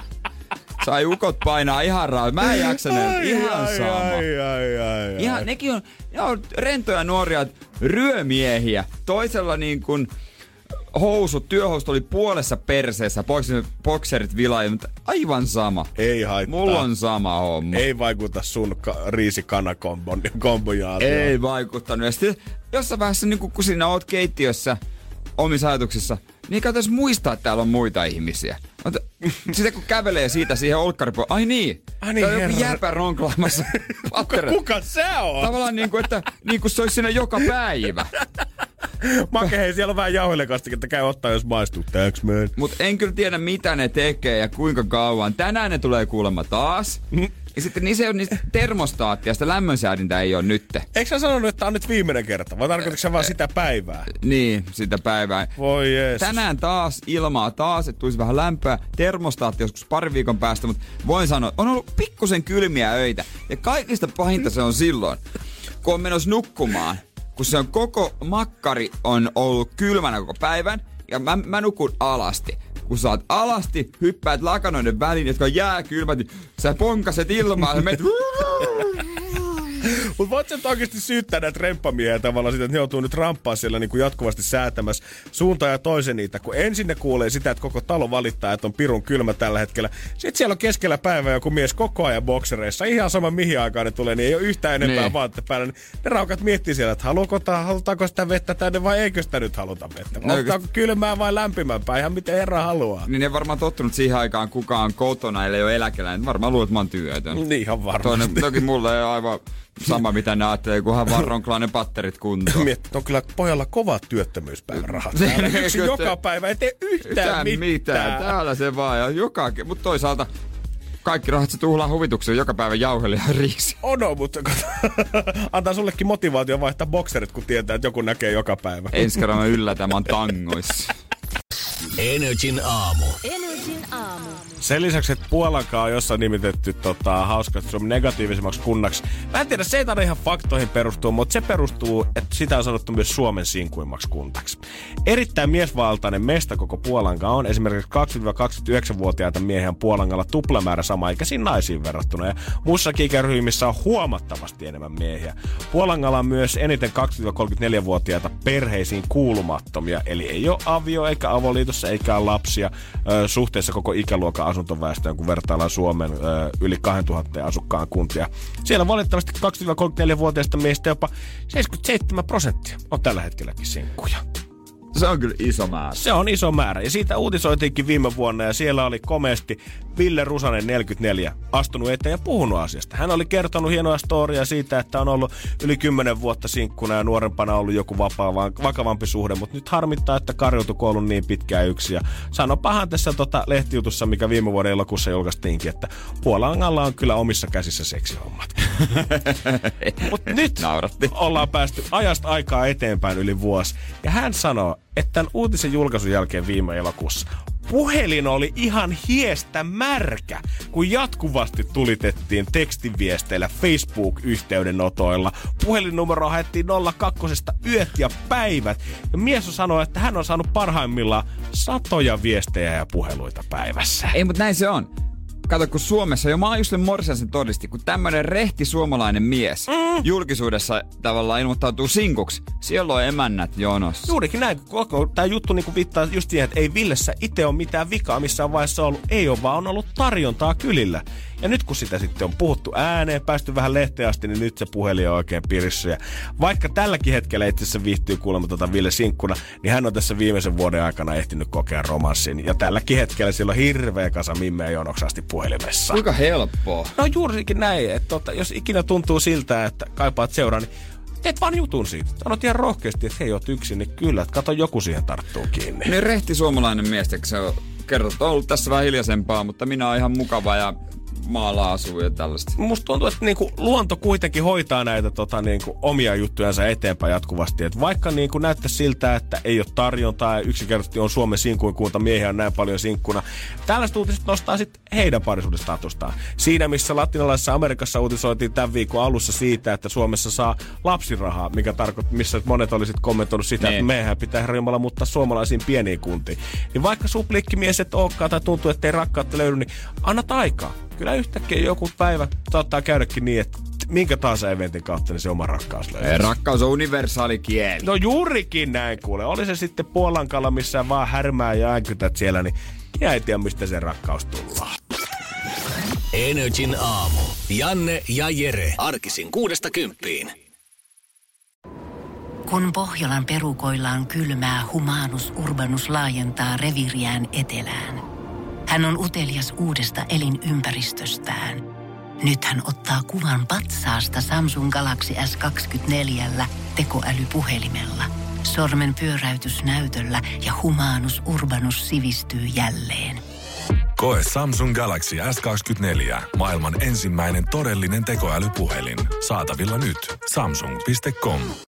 Speaker 5: Sai ukot painaa ihan rauhaa. Mä en jaksanut ihan
Speaker 4: ai,
Speaker 5: sama.
Speaker 4: Ai, ai, ai, ai.
Speaker 5: Ihan, nekin on, ne on rentoja nuoria ryömiehiä. Toisella niin kuin housut, työhousut oli puolessa perseessä, bokserit vilaa, mutta aivan sama.
Speaker 4: Ei haittaa.
Speaker 5: Mulla on sama homma.
Speaker 4: Ei vaikuta sun ka- riisi-kana-kombon kombojaatioon.
Speaker 5: Ei vaikuttanut. Ja sitten jossain vaiheessa, niin kun siinä oot keittiössä omissa ajatuksissa, niin katsois muistaa, että täällä on muita ihmisiä. Sitten kun kävelee siitä siihen olkkaripuolelle, ai niin,
Speaker 4: ai niin,
Speaker 5: tää on joku jäpä ronklaamassa pattereita.
Speaker 4: Kuka sä oot?
Speaker 5: Tavallaan niin kuin, että niin kuin se olisi siinä joka päivä.
Speaker 4: Make, hei, siellä on vähän jauhelekastik, että käy ottaa, jos maistuu. Thanks, man.
Speaker 5: Mut en kyllä tiedä, mitä ne tekee ja kuinka kauan. Tänään ne tulee kuulemma taas. Mm. Ja sitten niin se on niistä termostaattia, sitä lämmönsäädintä ei ole nytte.
Speaker 4: Eikö sä sanonut, että tää on nyt viimeinen kerta? Vai tarkoitatko sä vaan sitä päivää?
Speaker 5: Niin, sitä päivää.
Speaker 4: Voi Jeesus.
Speaker 5: Tänään taas ilmaa taas, että tulisi vähän lämpöä. Termostaatti joskus pari viikon päästä, mutta voin sanoa, on ollut pikkusen kylmiä öitä. Ja kaikista pahinta se on silloin, kun on menossa nukkumaan. Kun se on koko makkari on ollut kylmänä koko päivän ja mä, mä nukun alasti. Kun sä oot alasti, hyppäät lakanoiden väliin, jotka on jääkylmät, niin sä ponkaset ilmaa ja menet...
Speaker 4: Mut voit sä oikeesti syyttää näitä remppamiehiä tavallaan sitä, että ne joutuu nyt ramppaa siellä niin kuin jatkuvasti säätämässä suuntaan ja toisen niitä. Kun ensin ne kuulee sitä, että koko talo valittaa, että on pirun kylmä tällä hetkellä. Sitten siellä on keskellä päivää joku mies koko ajan boksereissa. Ihan sama mihin aikaan ne tulee, niin ei ole yhtään enempää niin vaatteita päällä. Niin ne raukat miettii siellä, että haluuko ta, halutaanko sitä vettä tänne vai eikö sitä nyt haluta vettä. No, halutaanko kylmää vai lämpimämpää, ihan miten herra haluaa.
Speaker 5: Niin ne varmaan tottunut siihen aikaan, kukaan on kotona, ellei ole eläkeläinen. Varmaan luulet, että mä oon työtön.
Speaker 4: Niin ihan varmasti.
Speaker 5: Toinen, toki mulle ei aivan sama mitä ne ajattelee, kunhan vaan ronklaanen patterit kuntoon.
Speaker 4: Miettii, on kyllä pojalla kovat työttömyyspäivärahat. Täällä yksi joka päivä ei tee yhtään mitään. mitään.
Speaker 5: Täällä se vaan. Ja joka, mutta toisaalta kaikki rahat se tuhlaa huvituksen joka päivä jauhelia ja riisi.
Speaker 4: On, on, mutta antaa sullekin motivaatio vaihtaa bokserit, kun tietää, että joku näkee joka päivä.
Speaker 5: Ensi kerran mä yllätän, mä oon tangoissa.
Speaker 3: Energin aamu.
Speaker 8: Energin aamu.
Speaker 4: Sen lisäksi, että Puolankaa on jossain nimitetty tota, hauskasti Suomen negatiivisemmaksi kunnaksi. Mä en tiedä, se ei tarvitse ihan faktoihin perustua, mutta se perustuu, että sitä on sanottu myös Suomen sinkuimmaksi kuntaksi. Erittäin miesvaltainen mesta koko Puolankaa on. Esimerkiksi kaksikymmentä–kaksikymmentäyhdeksän-vuotiaita miehiä on Puolangalla tuplamäärä samaikäisiin naisiin verrattuna. Ja muissakin ikäryhmissä on huomattavasti enemmän miehiä. Puolangalla on myös eniten kaksikymmentä–kolmekymmentäneljä-vuotiaita perheisiin kuulumattomia. Eli ei ole avio eikä avoliitossa eikä ole lapsia ö, suhteessa koko ikäluokan asuntoväestöön, kun vertaillaan Suomen ö, yli kaksituhatta asukkaan kuntia. Siellä valitettavasti kaksikymmentä–kolmekymmentäneljä-vuotiaista miehistä jopa seitsemänkymmentäseitsemän prosenttia on tällä hetkelläkin sinkkuja.
Speaker 5: Se on kyllä iso määrä.
Speaker 4: Se on iso määrä. Ja siitä uutisoitiinkin viime vuonna ja siellä oli komeasti Ville Rusanen neljäkymmentäneljä astunut eteen ja puhunut asiasta. Hän oli kertonut hienoa storia siitä, että on ollut yli kymmenen vuotta sinkkuna ja nuorempana ollut joku vapaa, vakavampi suhde, mutta nyt harmittaa, että karjuutuko ollut niin pitkään yksi. Ja sanopahan tässä tota lehtijutussa, mikä viime vuoden elokuussa julkaistiinkin, että Puolangalla on kyllä omissa käsissä seksihommat. Mutta nyt
Speaker 5: nauratti.
Speaker 4: Ollaan päästy ajasta aikaa eteenpäin yli vuosi. Ja hän sanoo, että tämän uutisen julkaisun jälkeen viime elokuussa puhelin oli ihan hiestä märkä, kun jatkuvasti tulitettiin tekstiviesteillä Facebook-yhteydenotoilla. Puhelinnumeroa haettiin nolla kaksi yöt ja päivät. Ja mies sanoi, että hän on saanut parhaimmillaan satoja viestejä ja puheluita päivässä.
Speaker 5: Ei, mutta näin se on. Kato, kun Suomessa jo Maajusten Morsiasen todisti, kun tämmönen rehti suomalainen mies mm. julkisuudessa tavallaan ilmoittautuu sinkuksi, siellä on emännät jonossa.
Speaker 4: Juurikin näin, kun koko tämä juttu niinku viittaa just siihen, että ei Villessä itse ole mitään vikaa missään vaiheessa ollut, ei ole vaan on ollut tarjontaa kylillä. Ja nyt kun sitä sitten on puhuttu ääneen, päästy vähän lehteen asti, niin nyt se puhelin on oikein pirissä. Ja vaikka tälläkin hetkellä itse asiassa viihtyy kuulemma tota Ville sinkkuna, niin hän on tässä viimeisen vuoden aikana ehtinyt kokea romanssin. Ja tälläkin hetkellä sillä on hirveä kasa mimmeä jonoksasti puhelimessa.
Speaker 5: Kuinka helppoa?
Speaker 4: No juurikin näin, että tota, jos ikinä tuntuu siltä, että kaipaat seuraa, niin teet vaan jutun siitä. Sanot ihan rohkeasti, että hei, oot yksin, niin kyllä, että kato, joku siihen tarttuu kiinni.
Speaker 5: Niin rehti suomalainen mies, se on kerrottu, on ollut tässä vähän hiljaisempaa, mutta minä oon ihan mukava ja maalla asuu ja tällaista.
Speaker 4: Musta tuntuu, että niinku luonto kuitenkin hoitaa näitä tota, niinku omia juttujansa eteenpäin jatkuvasti. Et vaikka niinku näyttäisi siltä, että ei ole tarjontaa ja yksinkertaisesti on Suomen sinkuinkunta, miehiä on näin paljon sinkkuna. Tällaiset uutiset nostaa sitten heidän parisuudestatustaan. Siinä, missä latinalaisessa Amerikassa uutisoitiin tämän viikon alussa siitä, että Suomessa saa lapsirahaa, mikä tarkoittaa, missä monet olisit kommentoinut sitä, ne. Että meidän pitää Herra Jumala muuttaa suomalaisiin pieniin kuntiin. Niin vaikka supliikkimies et olekaan tai tuntuu, että ei rakkautta löydy, niin annat aikaa. Kyllä yhtäkkiä joku päivä saattaa käydäkin niin, että minkä tahansa eventin kautta niin se oma rakkaus löytyy.
Speaker 5: Rakkaus on universaali kieli.
Speaker 4: No juurikin näin kuule. Oli se sitten Puolankalla, missä vaan härmää ja äänkytät siellä, niin ei tiedä mistä se rakkaus tullaan.
Speaker 3: Energin aamu. Janne ja Jere. Arkisin kuudesta kymppiin.
Speaker 1: Kun Pohjolan perukoillaan kylmää, Humanus Urbanus laajentaa reviiriään etelään. Hän on utelias uudesta elinympäristöstään. Nyt hän ottaa kuvan patsaasta Samsung Galaxy S kaksikymmentäneljä tekoälypuhelimella. Sormen pyöräytys näytöllä ja Humanus Urbanus sivistyy jälleen.
Speaker 2: Koe Samsung Galaxy S kaksikymmentäneljä. Maailman ensimmäinen todellinen tekoälypuhelin. Saatavilla nyt. Samsung piste com.